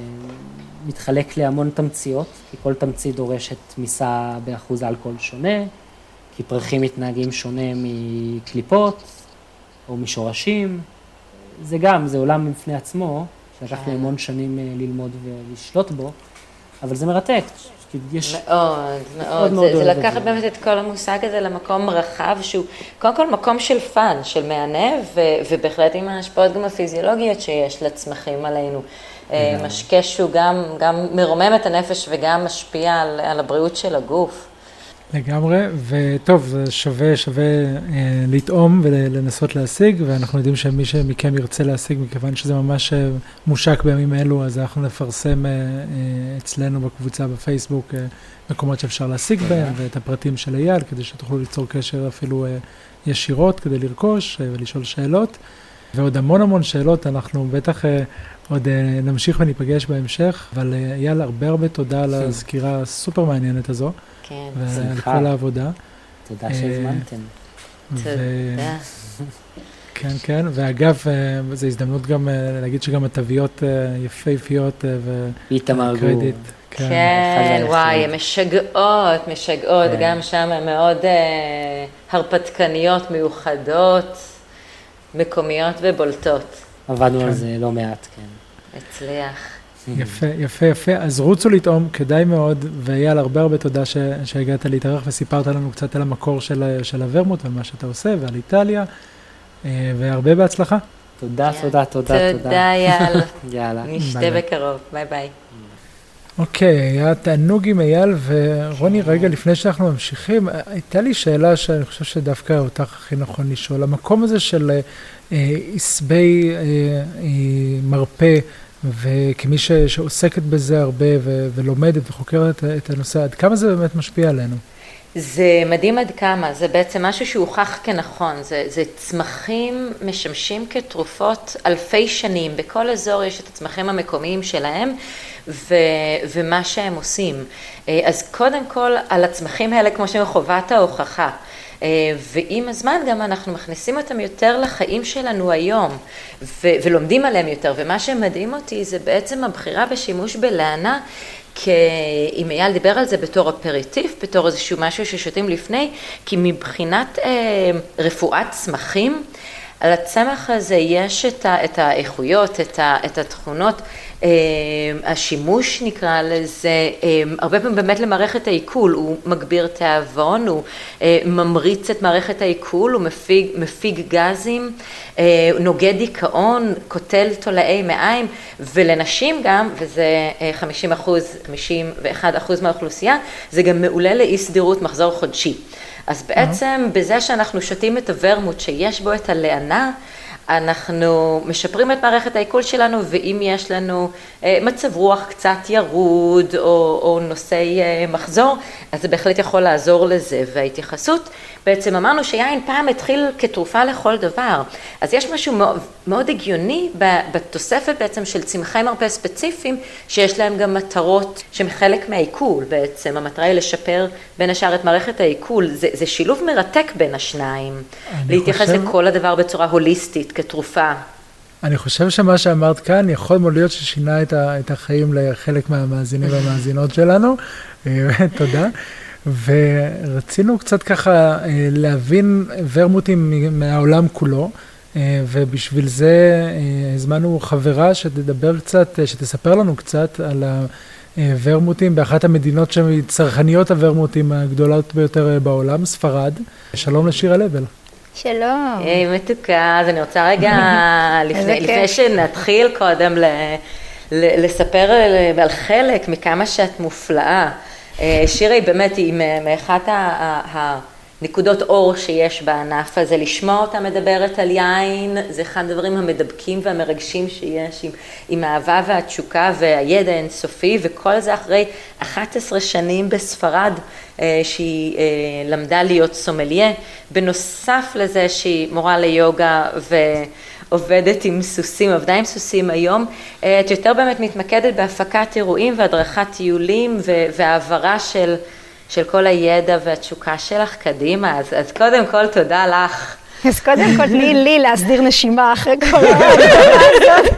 מתחלק להמון תמציות, כי כל תמצית דורשת תמיסה באחוז אלכוהול שונה, כי פרחים מתנהגים שונה מקליפות או משורשים. זה גם, זה עולם בפני עצמו, שלקח לי המון שנים ללמוד ולשלוט בו, אבל זה מרתק. יש מאוד, מאוד. מאוד זה, זה לקחת באמת את כל המושג הזה למקום רחב, שהוא קודם כל מקום של פן, של מענה, ו, ובהחלט עם ההשפעות גם הפיזיולוגיות שיש לצמחים עלינו. משקה שהוא גם, גם מרומם את הנפש וגם משפיע על, על הבריאות של הגוף. לגמרי, וטוב, זה שווה, שווה אה, לטעום ולנסות להשיג, ואנחנו יודעים שמי שמכם ירצה להשיג, מכיוון שזה ממש מושק בימים אלו, אז אנחנו נפרסם אה, אה, אצלנו בקבוצה בפייסבוק אה, מקומות שאפשר להשיג בהם, ואת הפרטים של אייל, כדי שתוכלו ליצור קשר אפילו אה, ישירות, כדי לרכוש אה, ולשאול שאלות, ועוד המון המון שאלות, אנחנו בטח אה, עוד אה, נמשיך וניפגש בהמשך, אבל אה, אייל, הרבה הרבה תודה על הסקירה הסופר מעניינת הזו. כן, ועל כל העבודה. תודה שהזמנתם. תודה. כן, כן, ואגב, זו הזדמנות גם להגיד שגם התוויות יפהפיות וקרדיט. כן, וואי, הן משגעות, משגעות, גם שם הן מאוד הרפתקניות, מיוחדות, מקומיות ובולטות. עבדנו על זה לא מעט, כן. הצליח. יפה, יפה, יפה. אז רוצו לטעום, כדאי מאוד, ואייל, הרבה הרבה תודה ש, שהגעת להתארח וסיפרת לנו קצת על המקור של, של הוורמוט ומה שאתה עושה ועל איטליה, והרבה בהצלחה. תודה, תודה, תודה. תודה, אייל. יאללה. נשתה בקרוב, ביי ביי. אוקיי, היה תענוג עם אייל, ורוני, רגע לפני שאנחנו ממשיכים, הייתה לי שאלה שאני חושב שדווקא אותך הכי נכון לשאול. המקום הזה של עשבי מרפא, וכמי ש, שעוסקת בזה הרבה ו, ולומדת וחוקרת את הנושא, עד כמה זה באמת משפיע עלינו? זה מדהים עד כמה, זה בעצם משהו שהוכח כנכון, זה, זה צמחים משמשים כתרופות אלפי שנים, בכל אזור יש את הצמחים המקומיים שלהם ו, ומה שהם עושים. אז קודם כל על הצמחים האלה כמו שהם חובת ההוכחה. ועם הזמן גם אנחנו מכניסים אותם יותר לחיים שלנו היום, ו- ולומדים עליהם יותר, ומה שמדהים אותי זה בעצם הבחירה בשימוש בלענה, כי אם אייל דיבר על זה בתור אפריטיף, בתור איזשהו משהו ששותים לפני, כי מבחינת אה, רפואת צמחים, על הצמח הזה יש את, ה- את האיכויות, את, ה- את התכונות, השימוש נקרא לזה, הרבה פעמים באמת למערכת העיכול, הוא מגביר תיאבון, הוא ממריץ את מערכת העיכול, הוא מפיג, מפיג גזים, נוגד דיכאון, קוטל תולעי מעיים, ולנשים גם, וזה חמישים אחוז, חמישים ואחד אחוז מהאוכלוסייה, זה גם מעולה לאי סדירות מחזור חודשי. אז בעצם בזה שאנחנו שותים את הוורמוט שיש בו את הלענה, אנחנו משפרים את מערכת העיכול שלנו, ואם יש לנו מצב רוח קצת ירוד או, או נושאי מחזור, אז זה בהחלט יכול לעזור לזה. וההתייחסות, בעצם אמרנו שיין פעם התחיל כתרופה לכל דבר, אז יש משהו מאוד, מאוד הגיוני בתוספת בעצם של צמחי מרפא ספציפיים, שיש להם גם מטרות שהן חלק מהעיכול בעצם, המטרה היא לשפר בין השאר את מערכת העיכול, זה, זה שילוב מרתק בין השניים, להתייחס חושב... לכל הדבר בצורה הוליסטית כתרופה. אני חושב שמה שאמרת כאן יכול מאוד להיות ששינה את, ה, את החיים לחלק מהמאזינים והמאזינות שלנו, תודה. ורצינו קצת ככה להבין ורמוטים מהעולם כולו, ובשביל זה הזמנו חברה שתדבר קצת, שתספר לנו קצת על הוורמוטים באחת המדינות שצרכניות הוורמוטים הגדולות ביותר בעולם, ספרד. שלום לשירה לבל. שלום. היי מתוקה, אז אני רוצה רגע, לפני, לפני שנתחיל קודם ל, ל, לספר על חלק מכמה שאת מופלאה. שירה היא באמת, היא מאחת הנקודות אור שיש בענף הזה, לשמוע אותה מדברת על יין, זה אחד הדברים המדבקים והמרגשים שיש עם, עם האהבה והתשוקה והידע אינסופי, וכל זה אחרי אחת עשרה שנים בספרד, שהיא למדה להיות סומליה, בנוסף לזה שהיא מורה ליוגה ועובדת עם סוסים, עבדה עם סוסים היום, את יותר באמת מתמקדת בהפקת אירועים והדרכת טיולים והעברה של, של כל הידע והתשוקה שלך קדימה, אז, אז קודם כל תודה לך. אז קודם כל תני לי להסדיר נשימה אחרי כל העבודה הזאת.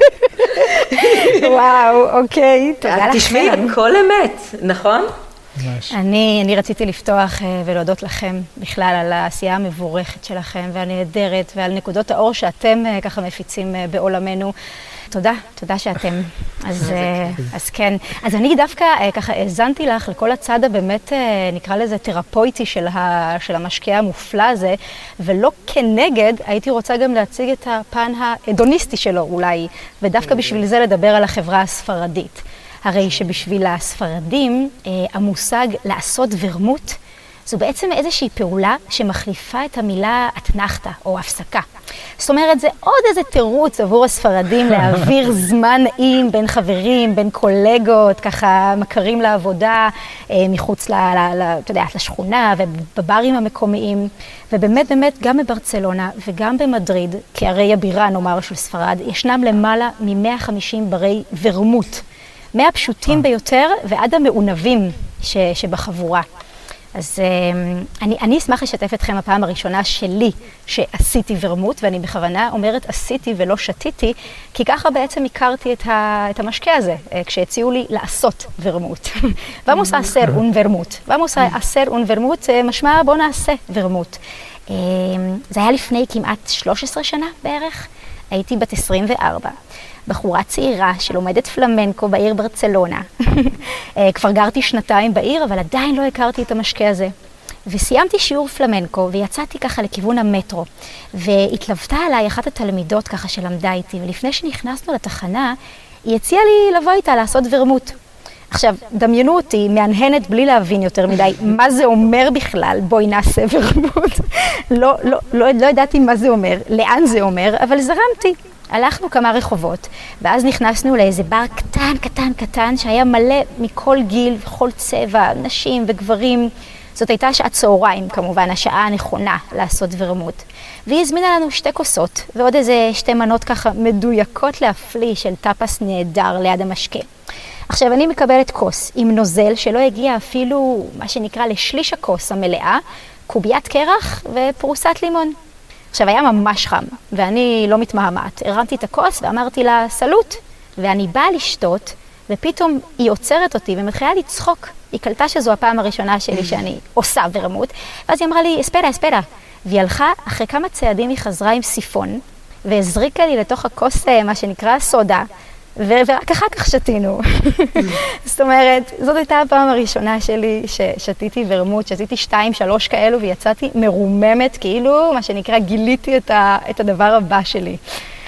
וואו, אוקיי, תודה לכם. תשמעי, כל אמת, נכון? אני, אני רציתי לפתוח ולהודות לכם בכלל על העשייה המבורכת שלכם והנהדרת ועל נקודות האור שאתם ככה מפיצים בעולמנו. תודה, תודה שאתם. אז, אז כן. אז אני דווקא ככה האזנתי לך לכל הצד הבאמת, נקרא לזה תרפויטי של, ה, של המשקיע המופלא הזה, ולא כנגד, הייתי רוצה גם להציג את הפן ההדוניסטי שלו אולי, ודווקא בשביל זה לדבר על החברה הספרדית. הרי שבשביל הספרדים, המושג לעשות ורמוט זו בעצם איזושהי פעולה שמחליפה את המילה אתנחתא או הפסקה. זאת אומרת, זה עוד איזה תירוץ עבור הספרדים להעביר זמן נעים בין חברים, בין קולגות, ככה מכרים לעבודה, מחוץ ל, ל, ל, אתה יודע, לשכונה ובברים המקומיים. ובאמת, באמת, גם בברצלונה וגם במדריד, כערי הבירה, נאמר, של ספרד, ישנם למעלה מ-מאה וחמישים ברי ורמוט. מהפשוטים ביותר ועד המעונבים ש, שבחבורה. אז אני, אני אשמח לשתף אתכם הפעם הראשונה שלי שעשיתי ורמוט, ואני בכוונה אומרת עשיתי ולא שתיתי, כי ככה בעצם הכרתי את, ה, את המשקה הזה, כשהציעו לי לעשות ורמוט. Vamos a hacer un vermut. Vamos a hacer un vermut, משמע בוא נעשה ורמוט. זה היה לפני כמעט שלוש עשרה שנה בערך, הייתי בת עשרים וארבע. בחורה צעירה שלומדת פלמנקו בעיר ברצלונה. כבר גרתי שנתיים בעיר, אבל עדיין לא הכרתי את המשקה הזה. וסיימתי שיעור פלמנקו, ויצאתי ככה לכיוון המטרו. והתלוותה עליי אחת התלמידות ככה שלמדה איתי, ולפני שנכנסנו לתחנה, היא הציעה לי לבוא איתה לעשות ורמוט. עכשיו, דמיינו אותי, מהנהנת בלי להבין יותר מדי, מה זה אומר בכלל, בואי נעשה ורמוט. לא, לא, לא, לא ידעתי מה זה אומר, לאן זה אומר, אבל זרמתי. הלכנו כמה רחובות, ואז נכנסנו לאיזה בר קטן, קטן, קטן, שהיה מלא מכל גיל וכל צבע, נשים וגברים. זאת הייתה שעת צהריים, כמובן, השעה הנכונה לעשות ורמוט. והיא הזמינה לנו שתי כוסות, ועוד איזה שתי מנות ככה מדויקות להפליא של טאפס נהדר ליד המשקה. עכשיו, אני מקבלת כוס עם נוזל שלא הגיע אפילו, מה שנקרא, לשליש הכוס המלאה, קוביית קרח ופרוסת לימון. עכשיו, היה ממש חם, ואני לא מתמהמת. הרמתי את הכוס ואמרתי לה, סלוט, ואני באה לשתות, ופתאום היא עוצרת אותי ומתחילה לצחוק. היא קלטה שזו הפעם הראשונה שלי שאני עושה ורמוט, ואז היא אמרה לי, אספרה, אספרה. והיא הלכה, אחרי כמה צעדים היא חזרה עם סיפון, והזריקה לי לתוך הכוס, מה שנקרא סודה, ורק אחר כך שתינו. זאת אומרת, זאת הייתה הפעם הראשונה שלי ששתיתי ורמוט, שתיתי שתיים, שלוש כאלו, ויצאתי מרוממת, כאילו, מה שנקרא, גיליתי את, ה, את הדבר הבא שלי.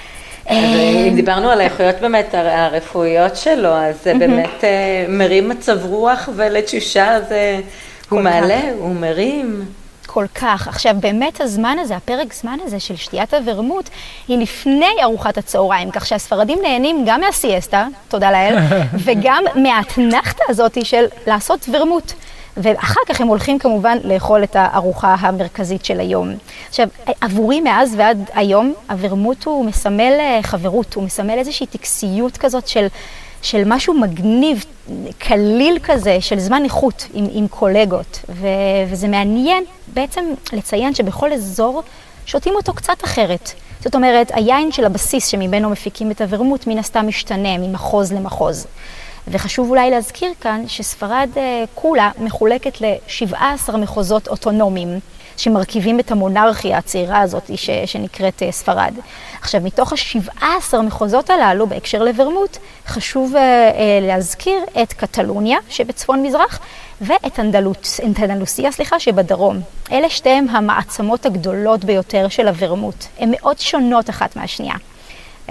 אם דיברנו על האיכויות באמת הרפואיות שלו, אז זה באמת מרים מצב רוח ולתשושה, הוא מעלה, הוא מרים. כל כך. עכשיו, באמת הזמן הזה, הפרק זמן הזה של שתיית הוורמוט, היא לפני ארוחת הצהריים, כך שהספרדים נהנים גם מהסיאסטה, תודה לאל, וגם מהאתנחתא הזאת של לעשות וורמוט. ואחר כך הם הולכים כמובן לאכול את הארוחה המרכזית של היום. עכשיו, עבורי מאז ועד היום, הוורמוט הוא מסמל חברות, הוא מסמל איזושהי טקסיות כזאת של, של משהו מגניב, קליל כזה, של זמן איכות עם, עם קולגות. ו, וזה מעניין בעצם לציין שבכל אזור שותים אותו קצת אחרת. זאת אומרת, היין של הבסיס שממנו מפיקים את הוורמוט מן הסתם משתנה ממחוז למחוז. וחשוב אולי להזכיר כאן שספרד כולה מחולקת ל-שבעה עשר מחוזות אוטונומיים, שמרכיבים את המונרכיה הצעירה הזאת ש- שנקראת ספרד. עכשיו, מתוך ה-שבעה עשר מחוזות הללו, בהקשר לוורמוט, חשוב uh, uh, להזכיר את קטלוניה שבצפון מזרח, ואת אנדלוס, אנדלוסיה, סליחה, שבדרום. אלה שתיהם המעצמות הגדולות ביותר של הוורמוט. הן מאוד שונות אחת מהשנייה. Um,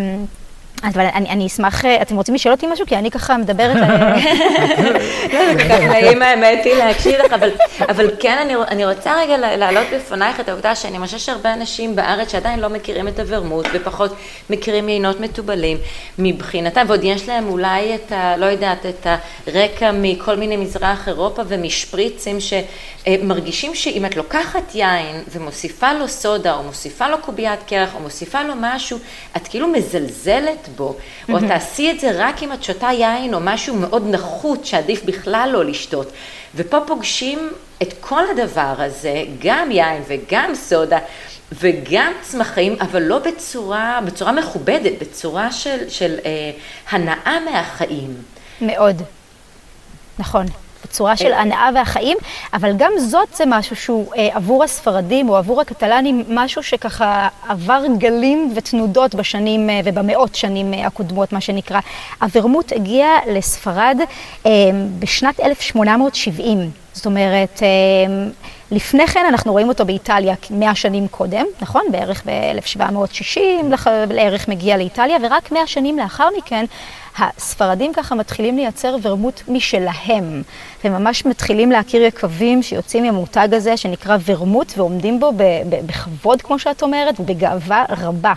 אבל אני, אני אשמח, אתם רוצים לשאול אותי משהו? כי אני ככה מדברת על... לא, זה כל כך נעים האמת היא להקשיב לך, אבל, אבל כן, אני, אני רוצה רגע להעלות בפנייך את העובדה שאני חושבת שהרבה אנשים בארץ שעדיין לא מכירים את הוורמוט, ופחות מכירים יינות מתובלים מבחינתם, ועוד יש להם אולי את ה... לא יודעת, את הרקע מכל מיני מזרח אירופה ומשפריצים שמרגישים שאם את לוקחת יין ומוסיפה לו סודה, או מוסיפה לו קוביית קרח, או מוסיפה לו משהו, את כאילו מזלזלת בו, או תעשי את זה רק אם את שותה יין או משהו מאוד נחות שעדיף בכלל לא לשתות. ופה פוגשים את כל הדבר הזה, גם יין וגם סודה וגם צמחים, אבל לא בצורה, בצורה מכובדת, בצורה של, של אה, הנאה מהחיים. מאוד, נכון. בצורה של הנאה והחיים, אבל גם זאת זה משהו שהוא אה, עבור הספרדים או עבור הקטלנים, משהו שככה עבר גלים ותנודות בשנים אה, ובמאות שנים אה, הקודמות, מה שנקרא. הוורמוט הגיע לספרד אה, בשנת אלף שמונה מאות שבעים. זאת אומרת, לפני כן אנחנו רואים אותו באיטליה מאה שנים קודם, נכון? בערך ב-אלף שבע מאות שישים לערך מגיע לאיטליה, ורק מאה שנים לאחר מכן, הספרדים ככה מתחילים לייצר ורמוט משלהם, וממש מתחילים להכיר יקבים שיוצאים מהמותג הזה שנקרא ורמוט, ועומדים בו בכבוד, כמו שאת אומרת, ובגאווה רבה.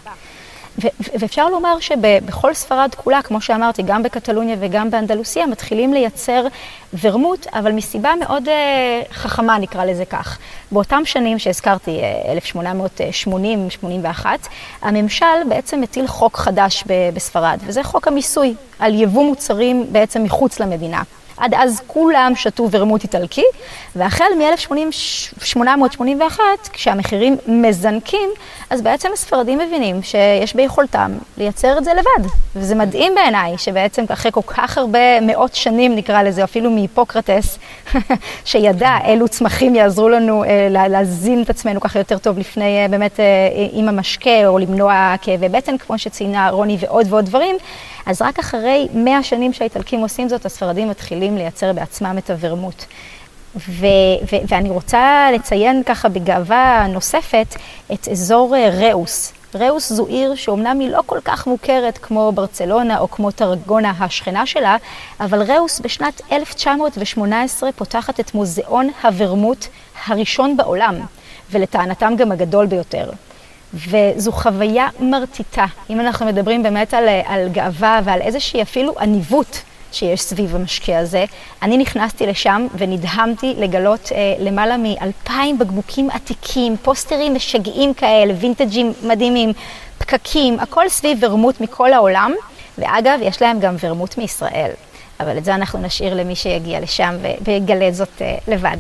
ואפשר לומר שבכל ספרד כולה, כמו שאמרתי, גם בקטלוניה וגם באנדלוסיה, מתחילים לייצר ורמוט, אבל מסיבה מאוד חכמה, נקרא לזה כך. באותם שנים שהזכרתי, אלף שמונה מאות שמונים שמונים ואחת, הממשל בעצם מטיל חוק חדש בספרד, וזה חוק המיסוי, על יבוא מוצרים בעצם מחוץ למדינה. עד אז כולם שתו ורמוט איטלקי, והחל מ-אלף שמונה מאות שמונים ואחת, כשהמחירים מזנקים, אז בעצם הספרדים מבינים שיש ביכולתם לייצר את זה לבד. וזה מדהים בעיניי, שבעצם אחרי כל כך הרבה מאות שנים, נקרא לזה, אפילו מהיפוקרטס, שידע אילו צמחים יעזרו לנו להזין את עצמנו ככה יותר טוב לפני באמת עם המשקה, או למנוע כאבי בטן, כמו שציינה רוני ועוד ועוד דברים, אז רק אחרי מאה שנים שהאיטלקים עושים זאת, הספרדים מתחילים לייצר בעצמם את הוורמוט. ו- ו- ואני רוצה לציין ככה בגאווה נוספת את אזור ראוס. ראוס זו עיר שאומנם היא לא כל כך מוכרת כמו ברצלונה או כמו טרגונה השכנה שלה, אבל ראוס בשנת אלף תשע מאות שמונה עשרה פותחת את מוזיאון הוורמוט הראשון בעולם, ולטענתם גם הגדול ביותר. וזו חוויה מרטיטה, אם אנחנו מדברים באמת על, על גאווה ועל איזושהי אפילו עניבות שיש סביב המשקה הזה. אני נכנסתי לשם ונדהמתי לגלות אה, למעלה מאלפיים בקבוקים עתיקים, פוסטרים משגעים כאלה, וינטג'ים מדהימים, פקקים, הכל סביב ורמוט מכל העולם, ואגב, יש להם גם ורמוט מישראל. אבל את זה אנחנו נשאיר למי שיגיע לשם ויגלה זאת אה, לבד.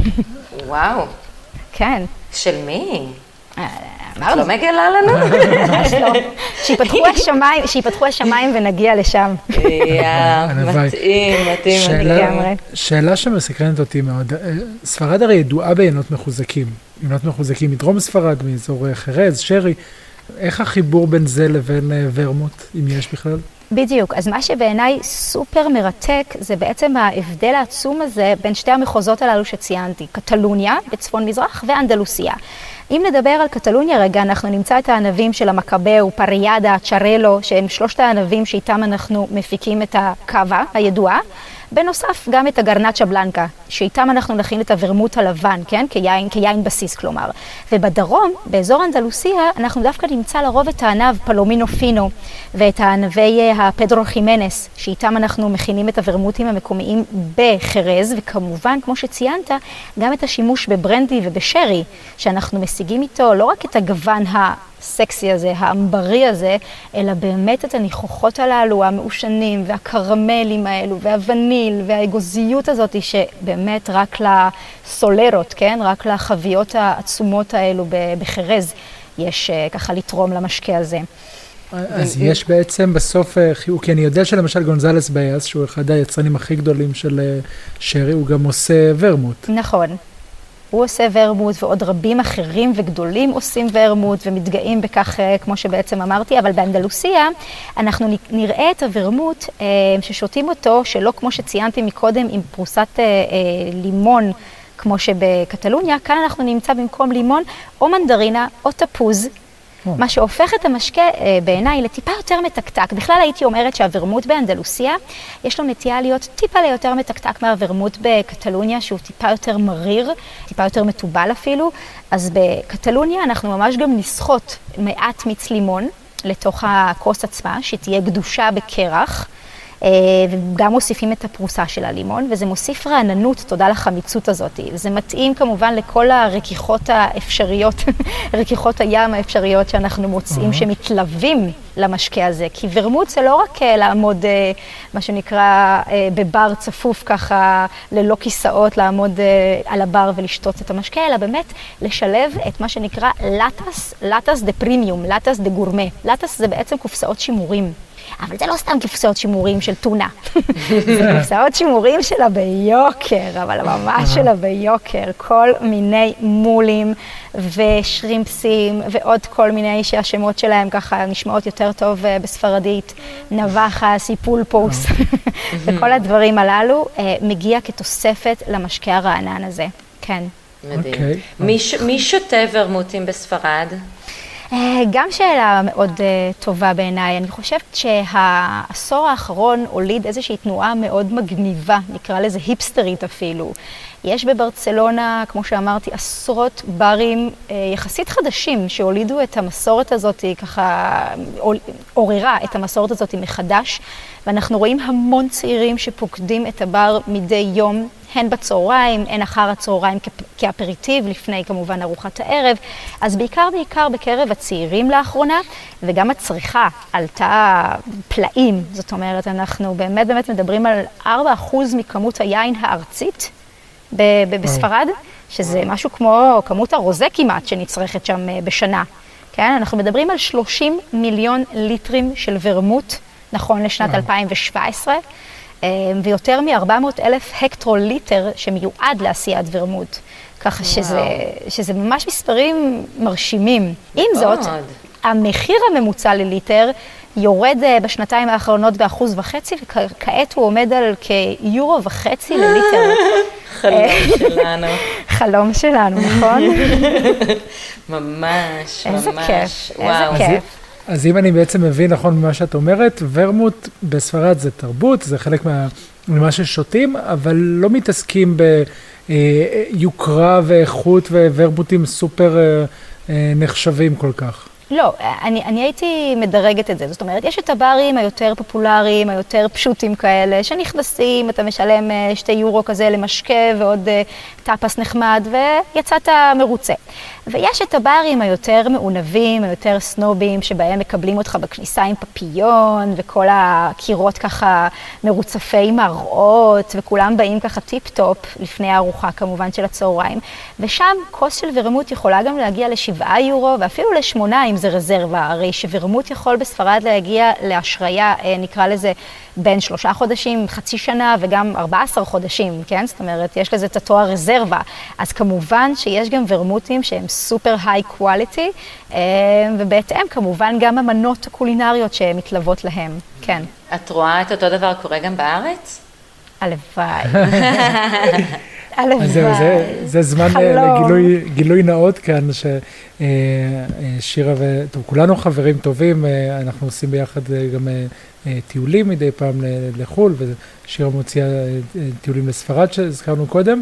וואו. כן. של מי? את אמרנו. לא מגלה לנו? ממש לא. שיפתחו השמיים, שיפתחו השמיים ונגיע לשם. יא, מתאים, מתאים, שאלה- שאלה שמסקרנת אותי מאוד. ספרד הרי ידועה בעינות מחוזקים. עינות מחוזקים מדרום ספרד, מאזור חרז, שרי. איך החיבור בין זה לבין אה, ורמוט, אם יש בכלל? בדיוק, אז מה שבעיניי סופר מרתק זה בעצם ההבדל העצום הזה בין שתי המחוזות הללו שציינתי, קטלוניה בצפון מזרח ואנדלוסיה. אם נדבר על קטלוניה רגע, אנחנו נמצא את הענבים של המקבאו, פריאדה, צ'רלו, שהם שלושת הענבים שאיתם אנחנו מפיקים את הקאבה הידועה. בנוסף, גם את הגרנצ'ה בלנקה, שאיתם אנחנו נכין את הוורמוט הלבן, כן? כיין, כיין בסיס, כלומר. ובדרום, באזור אנדלוסיה, אנחנו דווקא נמצא לרוב את הענב פלומינו פינו, ואת הענבי הפדרו חימנס, שאיתם אנחנו מכינים את הוורמוטים המקומיים בחרז, וכמובן, כמו שציינת, גם את השימוש בברנדי ובשרי, שאנחנו משיגים איתו לא רק את הגוון ה... הסקסי הזה, האמברי הזה, אלא באמת את הניחוחות הללו, המעושנים והקרמלים האלו, והווניל והאגוזיות הזאת, שבאמת רק לסולרות, כן? רק לחוויות העצומות האלו בחרז, יש ככה לתרום למשקה הזה. אז יש בעצם בסוף חיוך, כי אני יודע שלמשל גונזלס ביאס, שהוא אחד היצרנים הכי גדולים של שרי, הוא גם עושה ורמוט. נכון. הוא עושה ורמוט, ועוד רבים אחרים וגדולים עושים ורמוט, ומתגאים בכך, כמו שבעצם אמרתי, אבל באנדלוסיה אנחנו נראה את הוורמוט ששותים אותו, שלא כמו שציינתי מקודם, עם פרוסת לימון, כמו שבקטלוניה, כאן אנחנו נמצא במקום לימון, או מנדרינה, או תפוז, מה שהופך את המשקה בעיניי לטיפה יותר מתקתק. בכלל הייתי אומרת שהוורמוט באנדלוסיה, יש לו נטייה להיות טיפה ליותר מתקתק מהוורמוט בקטלוניה, שהוא טיפה יותר מריר, טיפה יותר מטובל אפילו. אז בקטלוניה אנחנו ממש גם נסחוט מעט מיץ לימון לתוך הכוס עצמה, שתהיה גדושה בקרח, וגם מוסיפים את הפרוסה של הלימון, וזה מוסיף רעננות, תודה לחמיצות הזאת. וזה מתאים כמובן לכל הרכיחות האפשריות, רכיחות הים האפשריות שאנחנו מוצאים שמתלווים למשקה הזה. כי ורמוט זה לא רק לעמוד, מה שנקרא, בבר צפוף ככה, ללא כיסאות, לעמוד על הבר ולשתות את המשקה, אלא באמת לשלב את מה שנקרא לטס, לטס דה פרימיום, לטס דה גורמה. לטס זה בעצם קופסאות שימורים. אבל זה לא סתם קופסאות שימורים של טונה. זה קופסאות שימורים שלה ביוקר, אבל ממש שלה ביוקר. כל מיני מולים ושרימפסים ועוד כל מיני שהשמות שלהם ככה נשמעות יותר טוב בספרדית, נבחה, סיפול פוס, וכל הדברים הללו מגיע כתוספת למשקה הרענן הזה. כן. מדהים. מי שותה ורמוטים בספרד? גם שאלה מאוד טובה בעיניי. אני חושבת שהעשור האחרון הוליד איזושהי תנועה מאוד מגניבה, נקרא לזה היפסטרית אפילו. יש בברצלונה, כמו שאמרתי, עשרות ברים יחסית חדשים שהולידו את המסורת הזאת, ככה עוררה את המסורת הזאת מחדש, ואנחנו רואים המון צעירים שפוקדים את הבר מדי יום, הן בצהריים, הן אחר הצהריים כאפריטיב, לפני כמובן ארוחת הערב, אז בעיקר בעיקר בקרב הצעירים לאחרונה, וגם הצריכה עלתה פלאים, זאת אומרת, אנחנו באמת באמת מדברים על ארבעה אחוז מכמות היין הארצית בספרד, שזה משהו כמו כמות הרוזה כמעט שנצרכת שם בשנה. כן? אנחנו מדברים על שלושים מיליון ליטרים של ורמוט, נכון לשנת אלפיים שבע עשרה, ויותר מ-ארבע מאות אלף הקטרוליטר שמיועד לעשיית ורמוט. ככה שזה, שזה ממש מספרים מרשימים. עם זאת, המחיר הממוצע לליטר יורד בשנתיים האחרונות באחוז וחצי, וכעת הוא עומד על כיורו וחצי לליטר. חלום שלנו. חלום שלנו, נכון? ממש, איזה ממש. כיף, וואו. איזה כיף. אז אם אני בעצם מבין נכון ממה שאת אומרת, ורמוט בספרד זה תרבות, זה חלק מה, ממה ששותים, אבל לא מתעסקים ביוקרה ואיכות וורמוטים סופר נחשבים כל כך. לא, אני, אני הייתי מדרגת את זה. זאת אומרת, יש את הברים היותר פופולריים, היותר פשוטים כאלה, שנכנסים, אתה משלם שתי יורו כזה למשקה ועוד טאפס נחמד, ויצאת מרוצה. ויש את הברים היותר מעונבים, היותר סנובים, שבהם מקבלים אותך בכניסה עם פפיון, וכל הקירות ככה מרוצפי מראות, וכולם באים ככה טיפ-טופ, לפני הארוחה כמובן של הצהריים. ושם כוס של ורמוט יכולה גם להגיע לשבעה יורו, ואפילו לשמונה אם זה רזרבה. הרי שוורמוט יכול בספרד להגיע להשריה, נקרא לזה, בין שלושה חודשים, חצי שנה וגם ארבעה עשר חודשים, כן? זאת אומרת, יש לזה את התואר רזרבה. אז כמובן שיש גם ורמוטים שהם סופר היי קואליטי, ובהתאם כמובן גם המנות הקולינריות שמתלוות להם, כן. את רואה את אותו דבר קורה גם בארץ? הלוואי. אז זהו, זה, זה זמן לגילוי גילוי נאות כאן, ששירה ו... טוב, כולנו חברים טובים, אנחנו עושים ביחד גם טיולים מדי פעם לחול, ושירה מוציאה טיולים לספרד שהזכרנו קודם,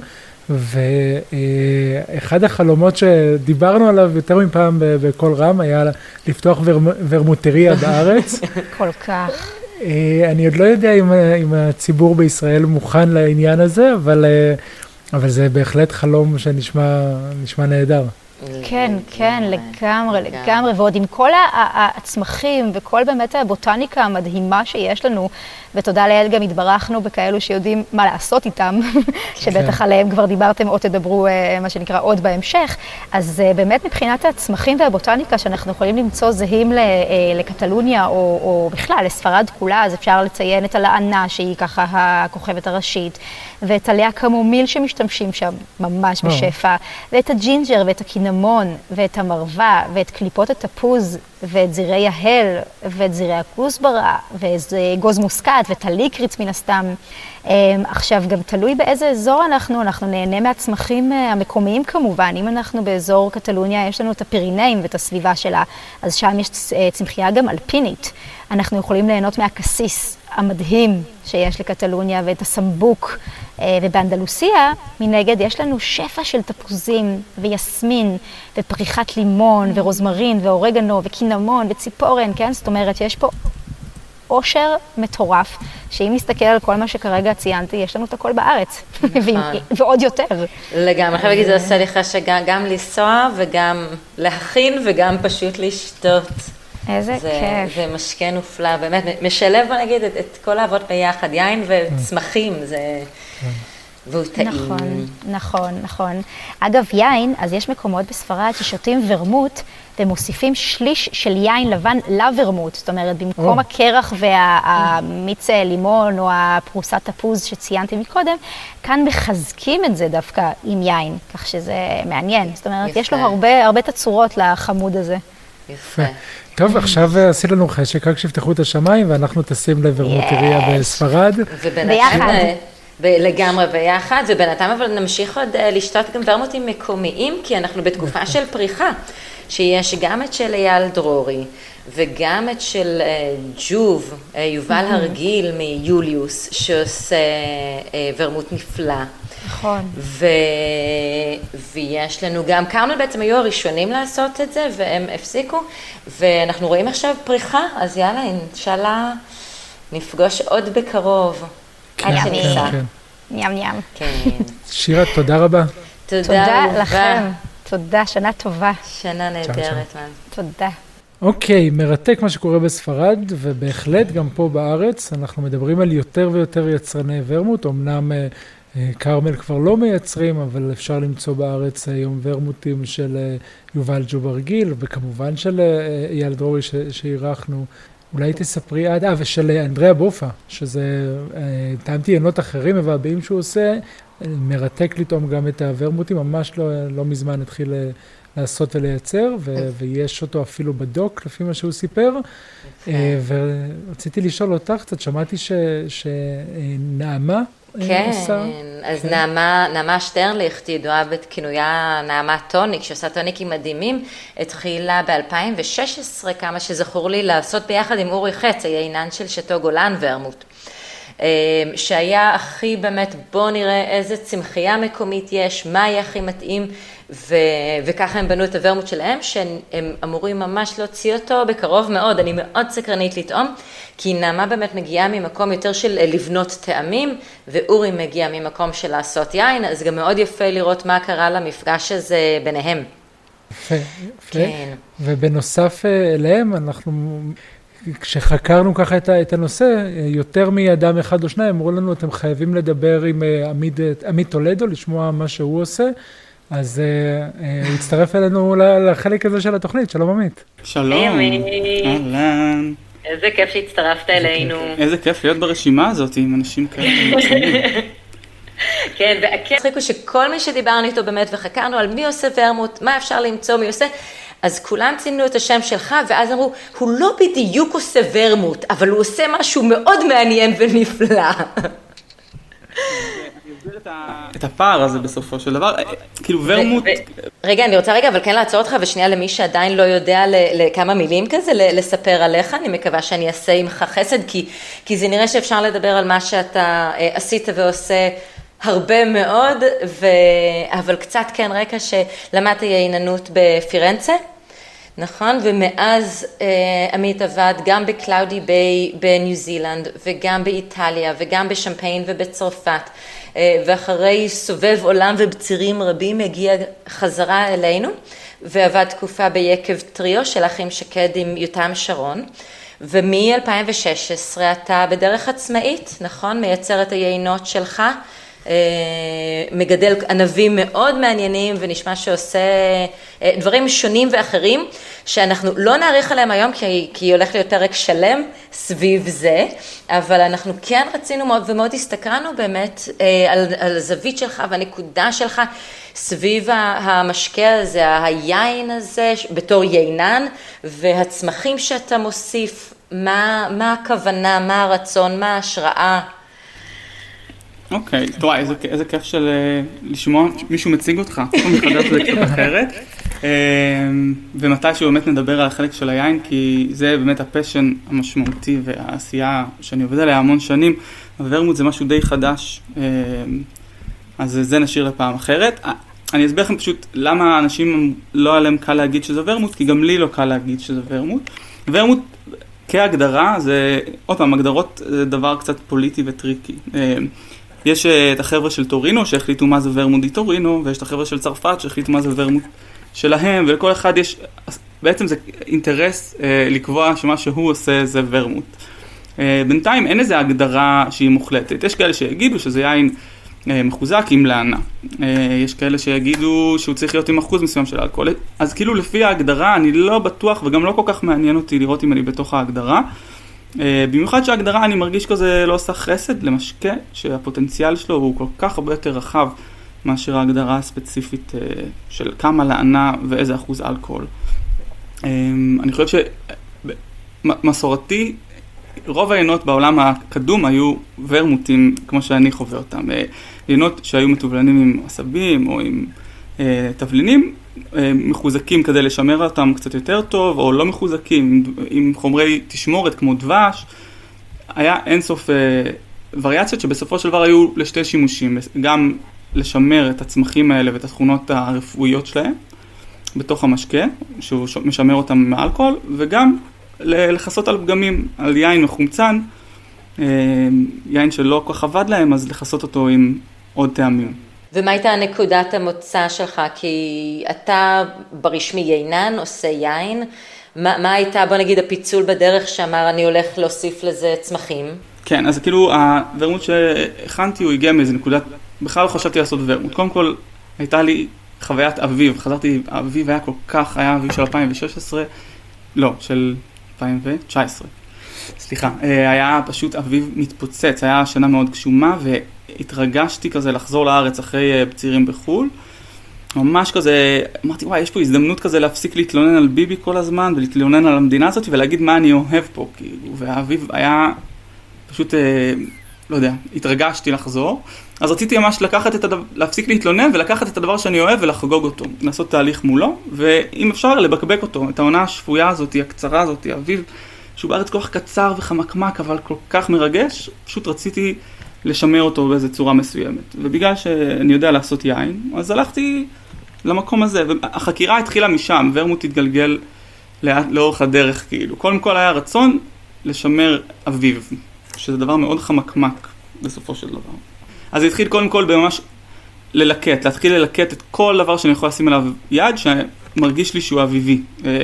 ואחד החלומות שדיברנו עליו יותר מפעם בכל רם, היה לפתוח ורמוטריה בארץ. כל כך. אני עוד לא יודע אם, אם הציבור בישראל מוכן לעניין הזה, אבל... אבל זה בהחלט חלום שנשמע נשמע נהדר. כן, כן, לגמרי, לגמרי, ועוד עם כל הצמחים וכל באמת הבוטניקה המדהימה שיש לנו, ותודה לאל גם התברכנו בכאלו שיודעים מה לעשות איתם, שבטח עליהם כבר דיברתם או תדברו מה שנקרא עוד בהמשך, אז באמת מבחינת הצמחים והבוטניקה שאנחנו יכולים למצוא זהים לקטלוניה או בכלל לספרד כולה, אז אפשר לציין את הלענה שהיא ככה הכוכבת הראשית, ואת עלי הקמומיל שמשתמשים שם ממש בשפע, ואת הג'ינג'ר ואת הקינמון ואת המרווה ואת קליפות התפוז ואת זירי ההל ואת זירי הכוסברה וגוז מוסקת ואת הליקריץ מן הסתם. עכשיו גם תלוי באיזה אזור אנחנו, אנחנו נהנה מהצמחים המקומיים כמובן. אם אנחנו באזור קטלוניה יש לנו את הפירינאים ואת הסביבה שלה, אז שם יש צמחייה גם אלפינית. אנחנו יכולים ליהנות מהקסיס המדהים שיש לקטלוניה ואת הסמבוק, ובאנדלוסיה מנגד יש לנו שפע של תפוזים ויסמין ופריחת לימון ורוזמרין ואורגנו וקינמון וציפורן, כן? זאת אומרת שיש פה עושר מטורף, שאם נסתכל על כל מה שכרגע ציינתי, יש לנו את הכל בארץ, ועוד יותר. לגמרי, אני חייבת, זה עושה לי חשק גם לנסוע וגם להכין וגם פשוט לשתות. איזה כיף. זה משקה נופלא, באמת, משלב, בוא נגיד, את כל העבוד ביחד, יין וצמחים, זה והוא טעים. נכון, נכון, נכון. אגב, יין, אז יש מקומות בספרד ששותים ורמוט, ומוסיפים שליש של יין לבן לוורמוט. זאת אומרת, במקום oh. הקרח והמיץ לימון או הפרוסת תפוז שציינתי מקודם, כאן מחזקים את זה דווקא עם יין, כך שזה מעניין. זאת אומרת, יפה. יש לו הרבה, הרבה תצורות לחמוד הזה. יפה. טוב, עכשיו עשית לנו חשק, רק שיפתחו את השמיים, ואנחנו טסים לוורמוטריה בספרד. ביחד. לגמרי ביחד, ובינתיים אבל נמשיך עוד לשתות גם ורמוטים מקומיים, כי אנחנו בתקופה של פריחה, שיש גם את של אייל דרורי, וגם את של ג'וב, יובל הרגיל מיוליוס, שעושה ורמוט נפלא. נכון. ו... ויש לנו גם, קרמל בעצם היו הראשונים לעשות את זה, והם הפסיקו, ואנחנו רואים עכשיו פריחה, אז יאללה, אינשאללה, נפגוש עוד בקרוב. עד שניסה. ים ים. כן. שירה, תודה רבה. תודה, תודה לכם. תודה, שנה טובה. שנה נהדרת, מן. תודה. אוקיי, מרתק מה שקורה בספרד, ובהחלט גם פה בארץ, אנחנו מדברים על יותר ויותר יצרני ורמוט, אמנם קרמל כבר לא מייצרים, אבל אפשר למצוא בארץ היום ורמוטים של יובל ג'וברגיל, וכמובן של אייל דרורי שאירחנו. אולי תספרי עד, אה, ושל אנדריה בופה, שזה טעמתי עינות אחרים מבעבעים שהוא עושה, מרתק לטעום גם את הוורמוטים, ממש לא, לא מזמן התחיל לעשות ולייצר, ו- ויש אותו אפילו בדוק, לפי מה שהוא סיפר. ורציתי לשאול אותך קצת, שמעתי ש- שנעמה כן, עושה. אז כן. נעמה, נעמה שטרנליכט, ידועה בכינויה נעמה טוניק, שעושה טוניקים מדהימים, התחילה ב-אלפיים ושש עשרה, כמה שזכור לי, לעשות ביחד עם אורי חץ, היינן של שתו גולן ורמוט. שהיה הכי באמת, בוא נראה איזה צמחייה מקומית יש, מה יהיה הכי מתאים, ו- וככה הם בנו את הוורמוט שלהם, שהם אמורים ממש להוציא אותו בקרוב מאוד, אני מאוד סקרנית לטעום, כי נעמה באמת מגיעה ממקום יותר של לבנות טעמים, ואורי מגיע ממקום של לעשות יין, אז גם מאוד יפה לראות מה קרה למפגש הזה ביניהם. יפה, יפה. כן. ובנוסף אליהם, אנחנו... כשחקרנו ככה את הנושא, יותר מאדם אחד או שניים, אמרו לנו, אתם חייבים לדבר עם עמית, עמית טולדו, לשמוע מה שהוא עושה, אז הוא הצטרף אלינו לחלק הזה של התוכנית. שלום עמית. שלום. אהלן. איזה כיף שהצטרפת אלינו. איזה כיף להיות ברשימה הזאת עם אנשים כאלה. כן, והכיף הוא שכל מי שדיברנו איתו באמת וחקרנו על מי עושה ורמוט, מה אפשר למצוא, מי עושה, אז כולם צינו את השם שלך, ואז אמרו, הוא לא בדיוק עושה ורמוט, אבל הוא עושה משהו מאוד מעניין ונפלא. את הפער הזה בסופו של דבר, כאילו ורמוט... רגע, אני רוצה רגע, אבל כן לעצור אותך, ושנייה למי שעדיין לא יודע לכמה מילים כזה, לספר עליך, אני מקווה שאני אעשה עמך חסד, כי זה נראה שאפשר לדבר על מה שאתה עשית ועושה הרבה מאוד, אבל קצת כן רקע שלמדת ייננות בפירנצה, נכון? ומאז עמית עבד גם בקלאודי ביי בניו זילנד, וגם באיטליה, וגם בשמפיין ובצרפת, ואחרי סובב עולם ובצירים רבים הגיע חזרה אלינו, ועבד תקופה ביקב טריו של אחים שקד עם יותם שרון, ומ-אלפיים ושש עשרה אתה בדרך עצמאית, נכון? מייצר את היינות שלך, מגדל ענבים מאוד מעניינים ונשמע שעושה דברים שונים ואחרים שאנחנו לא נעריך עליהם היום כי, כי היא הולכת להיות פרק שלם סביב זה, אבל אנחנו כן רצינו מאוד ומאוד הסתכרנו באמת על, על הזווית שלך והנקודה שלך סביב המשקה הזה, היין הזה בתור יינן והצמחים שאתה מוסיף, מה, מה הכוונה, מה הרצון, מה ההשראה. אוקיי, תראה, איזה, איזה כיף של לשמוע, מישהו מציג אותך, הוא מחדש זה קצת אחרת, ומתי שהוא באמת נדבר על החלק של היין, כי זה באמת הפשן המשמעותי והעשייה שאני עובד עליה המון שנים, הוורמוט זה משהו די חדש, אז זה נשאיר לפעם אחרת. אני אסביר לכם פשוט למה אנשים לא עליהם קל להגיד שזה וורמוט, כי גם לי לא קל להגיד שזה וורמוט. וורמוט כהגדרה, זה, עוד פעם, הגדרות זה דבר קצת פוליטי וטריקי. יש את החבר'ה של טורינו שהחליטו מה זה ורמוט די טורינו, ויש את החבר'ה של צרפת שהחליטו מה זה וורמוט שלהם, ולכל אחד יש, בעצם זה אינטרס אה, לקבוע שמה שהוא עושה זה וורמוט. אה, בינתיים אין איזו הגדרה שהיא מוחלטת. יש כאלה שיגידו שזה יין מחוזק עם לענה. יש כאלה שיגידו שהוא צריך להיות עם אחוז מסוים של אלכוהול. אז כאילו לפי ההגדרה אני לא בטוח וגם לא כל כך מעניין אותי לראות אם אני בתוך ההגדרה. במיוחד שההגדרה אני מרגיש כזה לא עושה חסד למשקה, שהפוטנציאל שלו הוא כל כך הרבה יותר רחב מאשר ההגדרה הספציפית של כמה לענה ואיזה אחוז אלכוהול. אני חושב שמסורתי, רוב העיינות בעולם הקדום היו ורמוטים כמו שאני חווה אותם. עיינות שהיו מתובלנים עם עשבים או עם אה, תבלינים, אה, מחוזקים כדי לשמר אותם קצת יותר טוב, או לא מחוזקים עם, עם חומרי תשמורת כמו דבש. היה אינסוף אה, וריאציות שבסופו של דבר היו לשתי שימושים, גם לשמר את הצמחים האלה ואת התכונות הרפואיות שלהם בתוך המשקה, שהוא משמר אותם מאלכוהול, וגם לחסות על פגמים, על יין מחומצן, יין שלא כל כך עבד להם, אז לחסות אותו עם עוד טעמים. ומה הייתה נקודת המוצא שלך? כי אתה ברשמי יינן, עושה יין. מה, מה הייתה, בוא נגיד, הפיצול בדרך שאמר אני הולך להוסיף לזה צמחים? כן, אז כאילו הוורמוט שהכנתי הוא הגיע מאיזה נקודת, בכלל לא חשבתי לעשות וורמוט. קודם כל הייתה לי חוויית אביב, חזרתי, אביב היה כל כך, היה אביב של אלפיים ושש עשרה, לא, של אלפיים ותשע עשרה. סליחה, היה פשוט אביב מתפוצץ, היה שנה מאוד גשומה והתרגשתי כזה לחזור לארץ אחרי צעירים בחול. ממש כזה, אמרתי וואי, יש פה הזדמנות כזה להפסיק להתלונן על ביבי כל הזמן ולהתלונן על המדינה הזאת ולהגיד מה אני אוהב פה, כאילו, והאביב היה פשוט, לא יודע, התרגשתי לחזור. אז רציתי ממש לקחת את הדבר, להפסיק להתלונן ולקחת את הדבר שאני אוהב ולחגוג אותו, לעשות תהליך מולו, ואם אפשר לבקבק אותו, את העונה השפויה הזאת, הקצרה הזאת, האביב, שהוא בארץ כל כך קצר וחמקמק, אבל כל כך מרגש, פשוט רציתי לשמר אותו באיזו צורה מסוימת. ובגלל שאני יודע לעשות יין, אז הלכתי למקום הזה, והחקירה התחילה משם, ורמוט התגלגל לאורך הדרך, כאילו. קודם כל היה רצון לשמר אביב, שזה דבר מאוד חמקמק בסופו של דבר. אז התחיל קודם כל בממש ללקט, להתחיל ללקט את כל דבר שאני יכול לשים עליו יד, שמרגיש לי שהוא אביבי.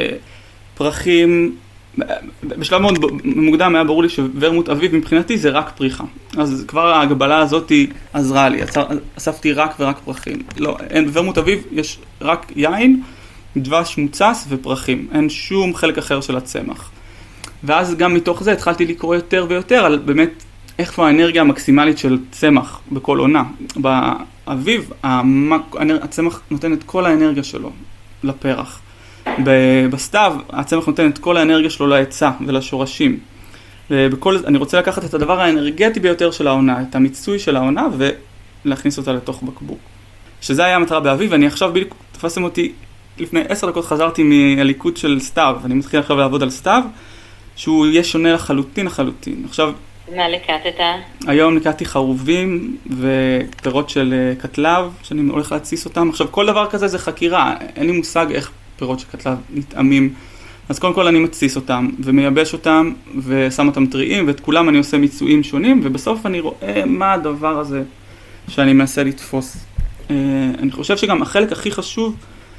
פרחים, בשלב מאוד מוקדם היה ברור לי שוורמוט אביב מבחינתי זה רק פריחה. אז כבר ההגבלה הזאת עזרה לי, אספתי רק ורק פרחים. לא, אין, בוורמוט אביב יש רק יין, דבש מוצס ופרחים. אין שום חלק אחר של הצמח. ואז גם מתוך זה התחלתי לקרוא יותר ויותר על באמת איך האנרגיה המקסימלית של צמח בכל עונה. באביב הצמח נותן את כל האנרגיה שלו לפרח. בסתיו הצמח נותן את כל האנרגיה שלו להיצע ולשורשים. ובכל, אני רוצה לקחת את הדבר האנרגטי ביותר של העונה, את המיצוי של העונה, ולהכניס אותה לתוך בקבוק. שזה היה המטרה באביב, ואני עכשיו בדיוק תפסתם אותי, לפני עשר דקות חזרתי מהליקוט של סתיו, ואני מתחיל עכשיו לעבוד על סתיו, שהוא יהיה שונה לחלוטין לחלוטין. עכשיו, מה לקטת? היום לקטתי חרובים ופירות של קטלב, שאני הולך להציס אותם. עכשיו, כל דבר כזה זה חקירה, אין לי מושג איך פירות של קטלב נטעמים. אז קודם כל אני מציס אותם ומייבש אותם ושם אותם טריים, ואת כולם אני עושה מיצויים שונים, ובסוף אני רואה מה הדבר הזה שאני מנסה לתפוס. אני חושב שגם החלק הכי חשוב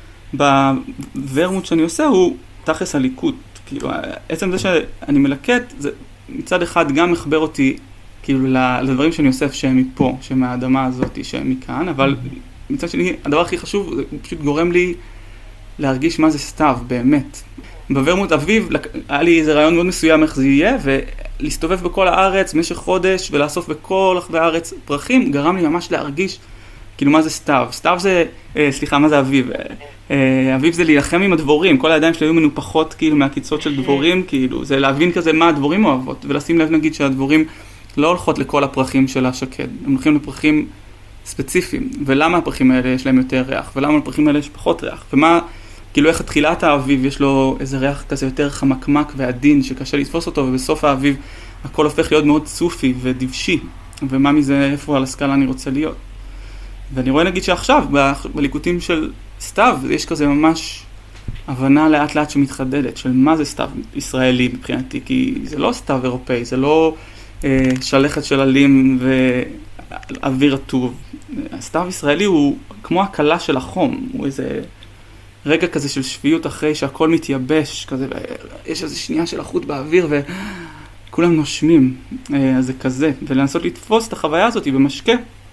בוורמוט שאני עושה הוא תכלס הליקוט. כאילו, עצם זה שאני מלקט, זה מצד אחד גם מחבר אותי כאילו לדברים שאני אוסף שהם מפה, שהם מהאדמה הזאת, שהם מכאן, אבל מצד שני, הדבר הכי חשוב, זה פשוט גורם לי להרגיש מה זה סתיו, באמת. בוורמוט אביב, היה לי איזה רעיון מאוד מסוים איך זה יהיה, ולהסתובב בכל הארץ במשך חודש, ולאסוף בכל רחבי הארץ פרחים, גרם לי ממש להרגיש כאילו מה זה סתיו. סתיו זה, אה, סליחה, מה זה אביב? אה, אביב זה להילחם עם הדבורים, כל הידיים שלי היו מנופחות כאילו מהקיצות של דבורים, כאילו, זה להבין כזה מה הדבורים אוהבות, ולשים לב נגיד שהדבורים לא הולכות לכל הפרחים של השקד, הם הולכים לפרחים ספציפיים, ולמה הפרחים האלה יש להם יותר ריח, ולמה הפרחים האלה יש פחות ריח, ומה, כאילו איך התחילת האביב יש לו איזה ריח כזה יותר חמקמק ועדין שקשה לתפוס אותו, ובסוף האביב הכל הופך להיות מאוד צופי ודבשי, ומה מזה, איפה על הסקאלה אני רוצה להיות. ואני רואה נגיד שעכשיו, בליקוטים של סתיו, יש כזה ממש הבנה לאט לאט שמתחדדת, של מה זה סתיו ישראלי מבחינתי, כי זה לא סתיו אירופאי, זה לא אה, שלכת של עלים ואוויר הטוב. הסתיו ישראלי הוא כמו הקלה של החום, הוא איזה רגע כזה של שפיות אחרי שהכל מתייבש, כזה, יש איזו שנייה של החוט באוויר וכולם נושמים, אז זה כזה. ולנסות לתפוס את החוויה הזאת במשקה,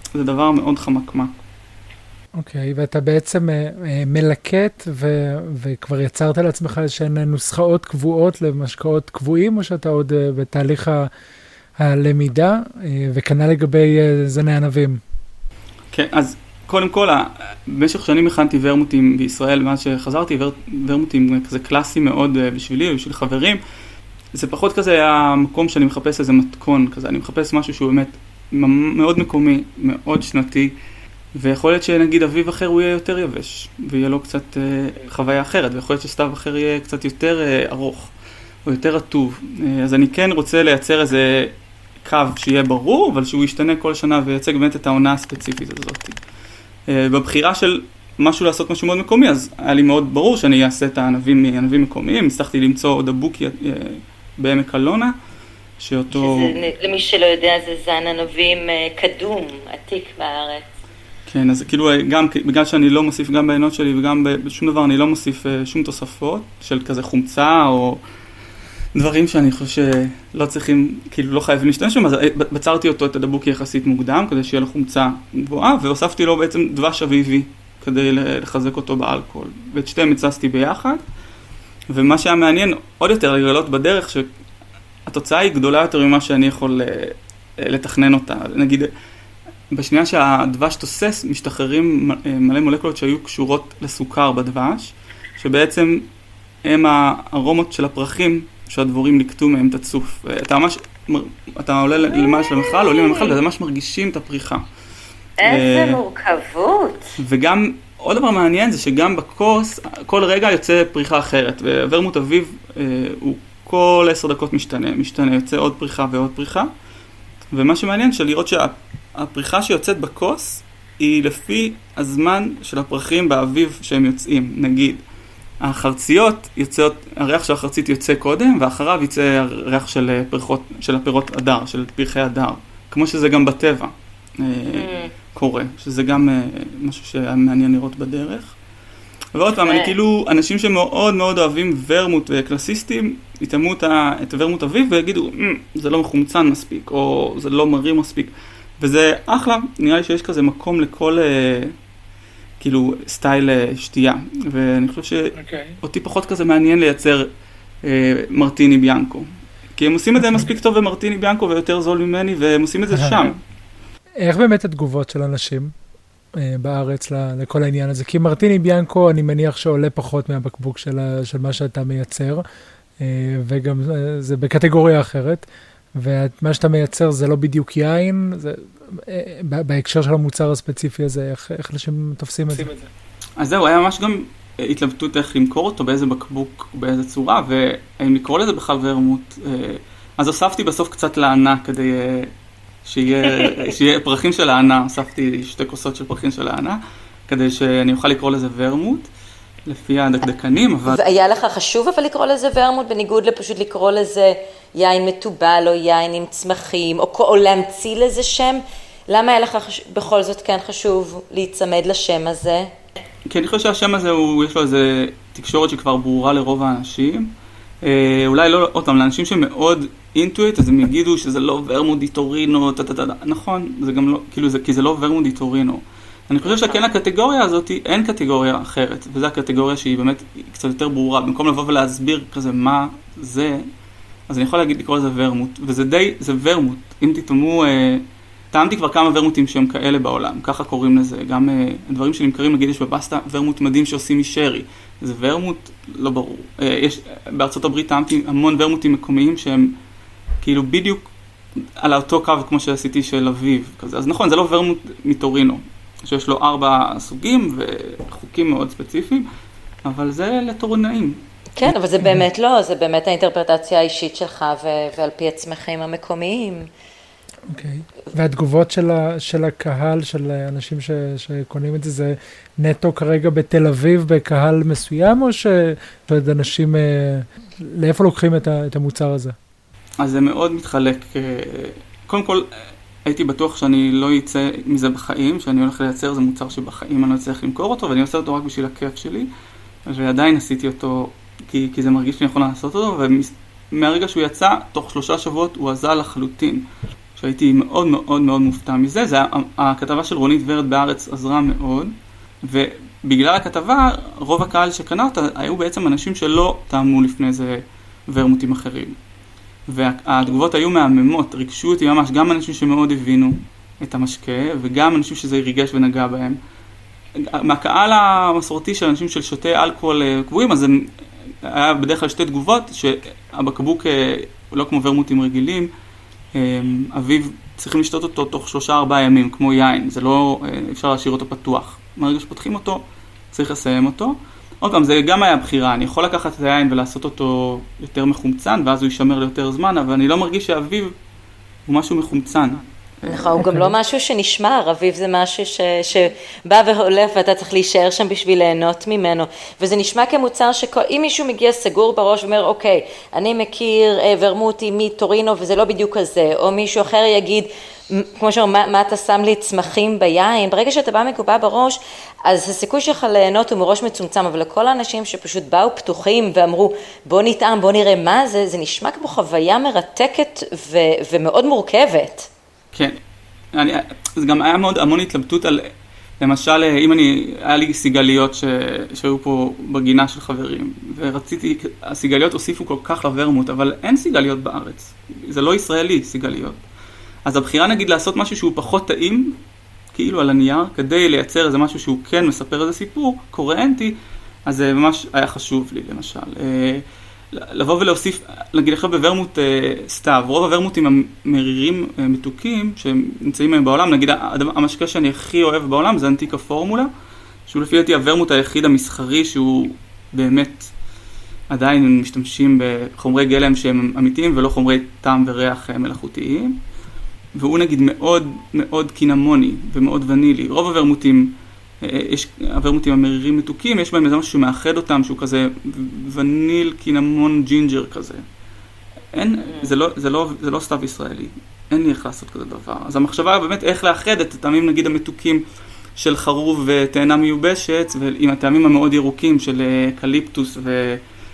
זה דבר מאוד חמקמק. אוקיי, okay, ואתה בעצם uh, מלקט ו- וכבר יצרת לעצמך שהן נוסחאות קבועות למשקאות קבועים, או שאתה עוד uh, בתהליך ה- הלמידה, uh, וכנ"ל לגבי uh, זני ענבים? כן, אז קודם כל, במשך שנים הכנתי ורמוטים בישראל, מאז שחזרתי, ור, ורמוטים כזה קלאסי מאוד uh, בשבילי ובשביל חברים. זה פחות כזה המקום שאני מחפש איזה מתכון כזה, אני מחפש משהו שהוא באמת מאוד מקומי, מאוד שנתי, ויכול להיות שנגיד אביב אחר הוא יהיה יותר יבש, ויהיה לו קצת אה, חוויה אחרת, ויכול להיות שסתיו אחר יהיה קצת יותר אה, ארוך, או יותר רטוב. אה, אז אני כן רוצה לייצר איזה קו שיהיה ברור, אבל שהוא ישתנה כל שנה וייצג באמת את העונה הספציפית הזאת. אה, בבחירה של משהו לעשות משהו מאוד מקומי, אז היה לי מאוד ברור שאני אעשה את הענבים מענבים מקומיים, הצלחתי למצוא עוד הבוקי אה, בעמק אלונה, שאותו... שזה, למי שלא יודע, זה זן ענבים אה, קדום, עתיק בארץ. כן, אז כאילו גם בגלל שאני לא מוסיף גם בעינות שלי וגם בשום דבר אני לא מוסיף שום תוספות של כזה חומצה או דברים שאני חושב שלא צריכים, כאילו לא חייבים להשתמש שם, אז בצרתי אותו את הדבוקי יחסית מוקדם כדי שיהיה לו חומצה גבוהה, והוספתי לו בעצם דבש אביבי כדי לחזק אותו באלכוהול, ואת שתיהם הצסתי ביחד, ומה שהיה מעניין עוד יותר לגלות בדרך שהתוצאה היא גדולה יותר ממה שאני יכול לתכנן אותה, נגיד בשנייה שהדבש תוסס, משתחררים מלא מולקולות שהיו קשורות לסוכר בדבש, שבעצם הם הארומות של הפרחים שהדבורים לקטו מהם את הצוף. אתה ממש, אתה עולה למעלה של המכל, עולים למכל, ואתה ממש מרגישים את הפריחה. איזה מורכבות. וגם, עוד דבר מעניין זה שגם בכוס, כל רגע יוצא פריחה אחרת, וורמוט אביב הוא כל עשר דקות משתנה, משתנה, יוצא עוד פריחה ועוד פריחה, ומה שמעניין של לראות שה... הפריחה שיוצאת בכוס היא לפי הזמן של הפרחים באביב שהם יוצאים. נגיד, החרציות יוצאות, הריח של החרצית יוצא קודם, ואחריו יצא הריח של פרחות, של הפירות אדר, של פרחי אדר. כמו שזה גם בטבע mm. קורה, שזה גם משהו שמעניין לראות בדרך. ועוד פעם, אני כאילו, אנשים שמאוד מאוד אוהבים ורמוט וקלאסיסטים, יתאמו את ורמוט אביב ויגידו, זה לא מחומצן מספיק, או זה לא מרי מספיק. וזה אחלה, נראה לי שיש כזה מקום לכל, אה, כאילו, סטייל אה, שתייה. ואני חושב שאותי פחות כזה מעניין לייצר אה, מרטיני ביאנקו. כי הם עושים את זה מספיק טוב ומרטיני ביאנקו ויותר זול ממני, והם עושים את זה שם. איך באמת התגובות של אנשים אה, בארץ לכל העניין הזה? כי מרטיני ביאנקו, אני מניח שעולה פחות מהבקבוק של, של מה שאתה מייצר, אה, וגם אה, זה בקטגוריה אחרת. ומה שאתה מייצר זה לא בדיוק יין, זה, בהקשר של המוצר הספציפי הזה, איך, איך אנשים תופסים את זה? אז זהו, היה ממש גם התלבטות איך למכור אותו, באיזה בקבוק, באיזה צורה, ואם לקרוא לזה בכלל ורמוט. אז הוספתי בסוף קצת לענה, כדי שיהיה, שיהיה פרחים של הענה, הוספתי שתי כוסות של פרחים של הענה, כדי שאני אוכל לקרוא לזה ורמוט. לפי הדקדקנים, אבל... והיה לך חשוב אבל לקרוא לזה ורמוט, בניגוד לפשוט לקרוא לזה יין מטובל, או יין עם צמחים, או, או להמציא לזה שם? למה היה לך חש... בכל זאת כן חשוב להיצמד לשם הזה? כי אני חושב שהשם הזה, הוא, יש לו איזה תקשורת שכבר ברורה לרוב האנשים. אה, אולי לא, עוד פעם, לאנשים שמאוד אינטואיט, אז הם יגידו שזה לא ורמוט די טורינו, נכון, זה גם לא, כאילו זה, כי זה לא ורמוט די טורינו. אני חושב שכן הקטגוריה הזאת, אין קטגוריה אחרת, וזו הקטגוריה שהיא באמת קצת יותר ברורה. במקום לבוא ולהסביר כזה מה זה, אז אני יכול להגיד לקרוא לזה ורמוט, וזה די, זה ורמוט. אם תתאמו, אה, טעמתי כבר כמה ורמוטים שהם כאלה בעולם, ככה קוראים לזה. גם אה, הדברים שנמכרים, נגיד, יש בבסטה ורמוט מדהים שעושים משרי. זה ורמוט, לא ברור. אה, יש, בארצות הברית טעמתי המון ורמוטים מקומיים שהם כאילו בדיוק על אותו קו כמו שעשיתי של אביב. כזה. אז נכון, זה לא ורמוט מטורינו. שיש לו ארבע סוגים וחוקים מאוד ספציפיים, אבל זה לטורנאים. כן, אבל זה באמת לא, זה באמת האינטרפרטציה האישית שלך ו- ועל פי הצמחים המקומיים. אוקיי. והתגובות של, ה- של הקהל, של אנשים ש- שקונים את זה, זה נטו כרגע בתל אביב בקהל מסוים, או שאנשים, לאיפה לוקחים את, ה- את המוצר הזה? אז זה מאוד מתחלק. קודם כל, הייתי בטוח שאני לא יצא מזה בחיים, שאני הולך לייצר איזה מוצר שבחיים אני לא צריך למכור אותו, ואני עושה אותו רק בשביל הכיף שלי, ועדיין עשיתי אותו כי, כי זה מרגיש לי נכון לעשות אותו, ומהרגע שהוא יצא, תוך שלושה שבועות הוא עזר לחלוטין. שהייתי מאוד מאוד מאוד מופתע מזה. זה, הכתבה של רונית ורד בארץ עזרה מאוד, ובגלל הכתבה, רוב הקהל שקנה אותה היו בעצם אנשים שלא טעמו לפני זה ורמוטים אחרים. והתגובות היו מהממות, ריגשו אותי ממש, גם אנשים שמאוד הבינו את המשקה, וגם אנשים שזה ריגש ונגע בהם. מהקהל המסורתי של אנשים של שותי אלכוהול קבועים, אז היה בדרך כלל שתי תגובות, שהבקבוק לא כמו ורמוטים רגילים, אביב צריכים לשתות אותו תוך שלושה ארבעה ימים, כמו יין, זה לא, אפשר להשאיר אותו פתוח. מהרגע שפותחים אותו, צריך לסיים אותו. עוד פעם, זה גם היה בחירה, אני יכול לקחת את היין ולעשות אותו יותר מחומצן, ואז הוא יישמר ליותר זמן, אבל אני לא מרגיש שאביב הוא משהו מחומצן. נכון, הוא גם לא משהו שנשמר, אביב זה משהו ש, שבא והולף ואתה צריך להישאר שם בשביל ליהנות ממנו, וזה נשמע כמוצר שאם מישהו מגיע סגור בראש ואומר, אוקיי, אני מכיר אה, ורמוטי מטורינו וזה לא בדיוק כזה, או מישהו אחר יגיד, כמו שאומר, מה, מה אתה שם לי צמחים ביין, ברגע שאתה בא מקובע בראש, אז הסיכוי שלך ליהנות הוא מראש מצומצם, אבל לכל האנשים שפשוט באו פתוחים ואמרו, בוא נטעם, בוא נראה מה זה, זה נשמע כמו חוויה מרתקת ו, ומאוד מורכבת. כן, אני, זה גם היה מאוד המון התלבטות על, למשל, אם אני, היה לי סיגליות ש, שהיו פה בגינה של חברים, ורציתי, הסיגליות הוסיפו כל כך לוורמוט, אבל אין סיגליות בארץ, זה לא ישראלי סיגליות. אז הבחירה נגיד לעשות משהו שהוא פחות טעים, כאילו על הנייר, כדי לייצר איזה משהו שהוא כן מספר איזה סיפור, קוריאנטי, אז זה ממש היה חשוב לי, למשל. לבוא ולהוסיף, נגיד עכשיו בוורמוט סתיו, רוב הוורמוטים המרירים מתוקים שנמצאים היום בעולם, נגיד המשקה שאני הכי אוהב בעולם זה אנטיקה פורמולה, שהוא לפי דעתי הוורמוט היחיד המסחרי שהוא באמת עדיין משתמשים בחומרי גלם שהם אמיתיים ולא חומרי טעם וריח מלאכותיים, והוא נגיד מאוד מאוד קינמוני ומאוד ונילי. רוב הוורמוטים, יש, הוורמוטים המרירים מתוקים, יש בהם איזה משהו שמאחד אותם, שהוא כזה וניל, קינמון, ג'ינג'ר כזה. אין, זה לא, זה לא, זה לא סתיו ישראלי. אין לי איך לעשות כזה דבר. אז המחשבה היא באמת איך לאחד את הטעמים נגיד המתוקים של חרוב ותאנה מיובשת, ועם הטעמים המאוד ירוקים של קליפטוס ו,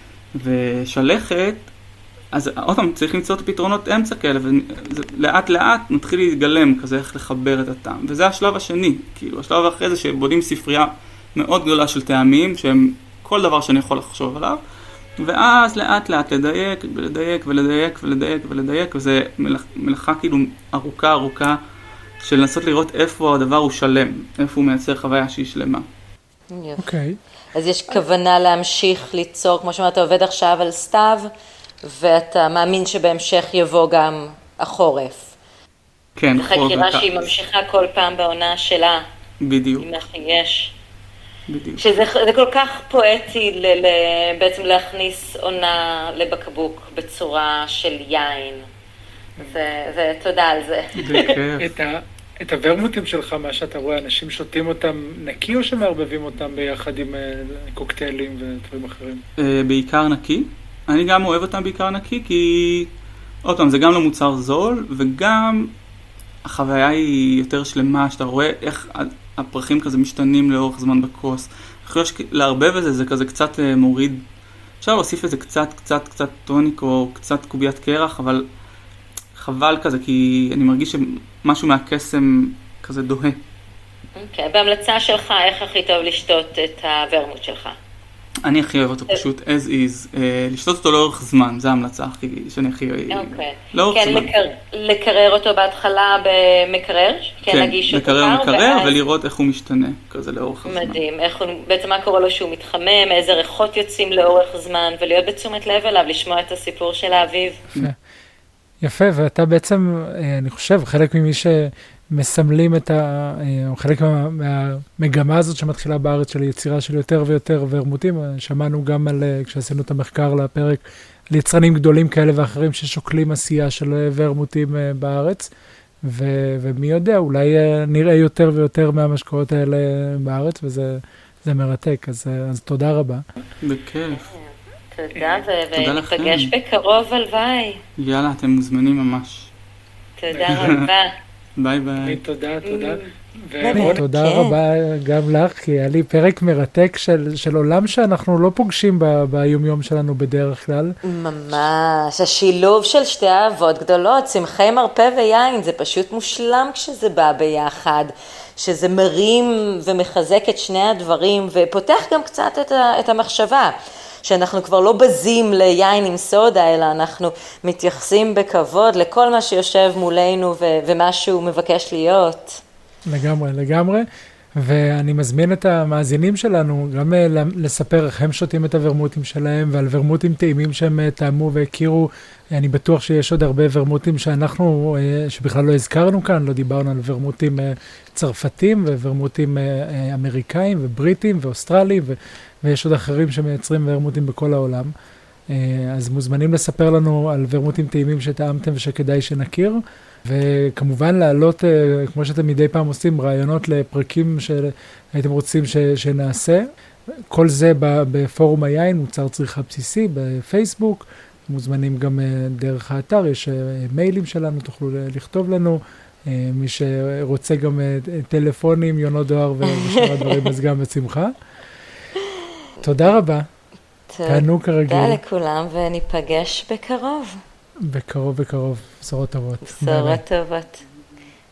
ושלכת, אז עוד פעם צריך למצוא את הפתרונות אמצע כאלה, ולאט לאט נתחיל להתגלם כזה איך לחבר את הטעם. וזה השלב השני, כאילו, השלב אחרי זה שבונים ספרייה מאוד גדולה של טעמים, שהם כל דבר שאני יכול לחשוב עליו, ואז לאט לאט לדייק ולדייק ולדייק ולדייק ולדייק, וזה מלאכה כאילו ארוכה ארוכה, של לנסות לראות איפה הדבר הוא שלם, איפה הוא מייצר חוויה שהיא שלמה. אוקיי. אז יש כוונה להמשיך ליצור, כמו שאומרת, אתה עובד עכשיו על סתיו, ואתה מאמין שבהמשך יבוא גם החורף. כן, חורף. זו חקירה שהיא ממשיכה כל פעם בעונה שלה. בדיוק. עם מה שיש. בדיוק. שזה זה כל כך פואטי ל, ל, בעצם להכניס עונה לבקבוק בצורה של יין. ותודה על זה. את, ה, את הוורמוטים שלך, מה שאתה רואה, אנשים שותים אותם נקי או שמערבבים אותם ביחד עם קוקטיילים ודברים אחרים? בעיקר נקי. אני גם אוהב אותם בעיקר נקי, כי עוד פעם, זה גם לא מוצר זול, וגם החוויה היא יותר שלמה, שאתה רואה איך הפרחים כזה משתנים לאורך זמן בכוס. אחרי להרבב את זה, זה כזה קצת מוריד, אפשר להוסיף איזה קצת, קצת, קצת טוניק או קצת קוביית קרח, אבל חבל כזה, כי אני מרגיש שמשהו מהקסם כזה דוהה. אוקיי, בהמלצה שלך, איך הכי טוב לשתות את הוורמוט שלך? אני הכי אוהב אותו פשוט as is, לשתות אותו לאורך זמן, זו ההמלצה שאני הכי אוהב. אוקיי. לאורך זמן. כן, לקרר אותו בהתחלה במקרר, כן, להגיש אותו קר. לקרר מקרר ולראות איך הוא משתנה, כזה לאורך הזמן. מדהים, בעצם מה קורה לו שהוא מתחמם, איזה ריחות יוצאים לאורך זמן, ולהיות בתשומת לב אליו, לשמוע את הסיפור של האביב. יפה, ואתה בעצם, אני חושב, חלק ממי ש... מסמלים את ה... או חלק מה, מהמגמה הזאת שמתחילה בארץ של יצירה של יותר ויותר ורמוטים. שמענו גם על, כשעשינו את המחקר לפרק, על יצרנים גדולים כאלה ואחרים ששוקלים עשייה של ורמוטים בארץ, ו, ומי יודע, אולי נראה יותר ויותר מהמשקעות האלה בארץ, וזה זה מרתק, אז, אז תודה רבה. בכיף. תודה, ונפגש בקרוב הלוואי. יאללה, אתם מוזמנים ממש. תודה רבה. ביי ביי. תודה, תודה. תודה רבה גם לך, כי היה לי פרק מרתק של, של עולם שאנחנו לא פוגשים ב, ביומיום שלנו בדרך כלל. ממש, השילוב של שתי אהבות גדולות, צמחי מרפא ויין, זה פשוט מושלם כשזה בא ביחד, שזה מרים ומחזק את שני הדברים, ופותח גם קצת את, ה, את המחשבה. שאנחנו כבר לא בזים ליין עם סודה, אלא אנחנו מתייחסים בכבוד לכל מה שיושב מולנו ו- ומה שהוא מבקש להיות. לגמרי, לגמרי. ואני מזמין את המאזינים שלנו גם לספר איך הם שותים את הוורמוטים שלהם, ועל וורמוטים טעימים שהם טעמו והכירו. אני בטוח שיש עוד הרבה וורמוטים שאנחנו, שבכלל לא הזכרנו כאן, לא דיברנו על וורמוטים צרפתים וורמוטים אמריקאים ובריטים ואוסטרליים, ו... ויש עוד אחרים שמייצרים וורמוטים בכל העולם. אז מוזמנים לספר לנו על וורמוטים טעימים שטעמתם ושכדאי שנכיר, וכמובן להעלות, כמו שאתם מדי פעם עושים, רעיונות לפרקים שהייתם רוצים ש... שנעשה. כל זה בפורום היין, מוצר צריכה בסיסי, בפייסבוק, מוזמנים גם דרך האתר, יש מיילים שלנו, תוכלו לכתוב לנו, מי שרוצה גם טלפונים, יונות דואר ושאר הדברים, אז גם בשמחה. תודה רבה. תענוג כרגיל. תודה לכולם וניפגש בקרוב. בקרוב, בקרוב. בשורות טובות. בשורות טובות.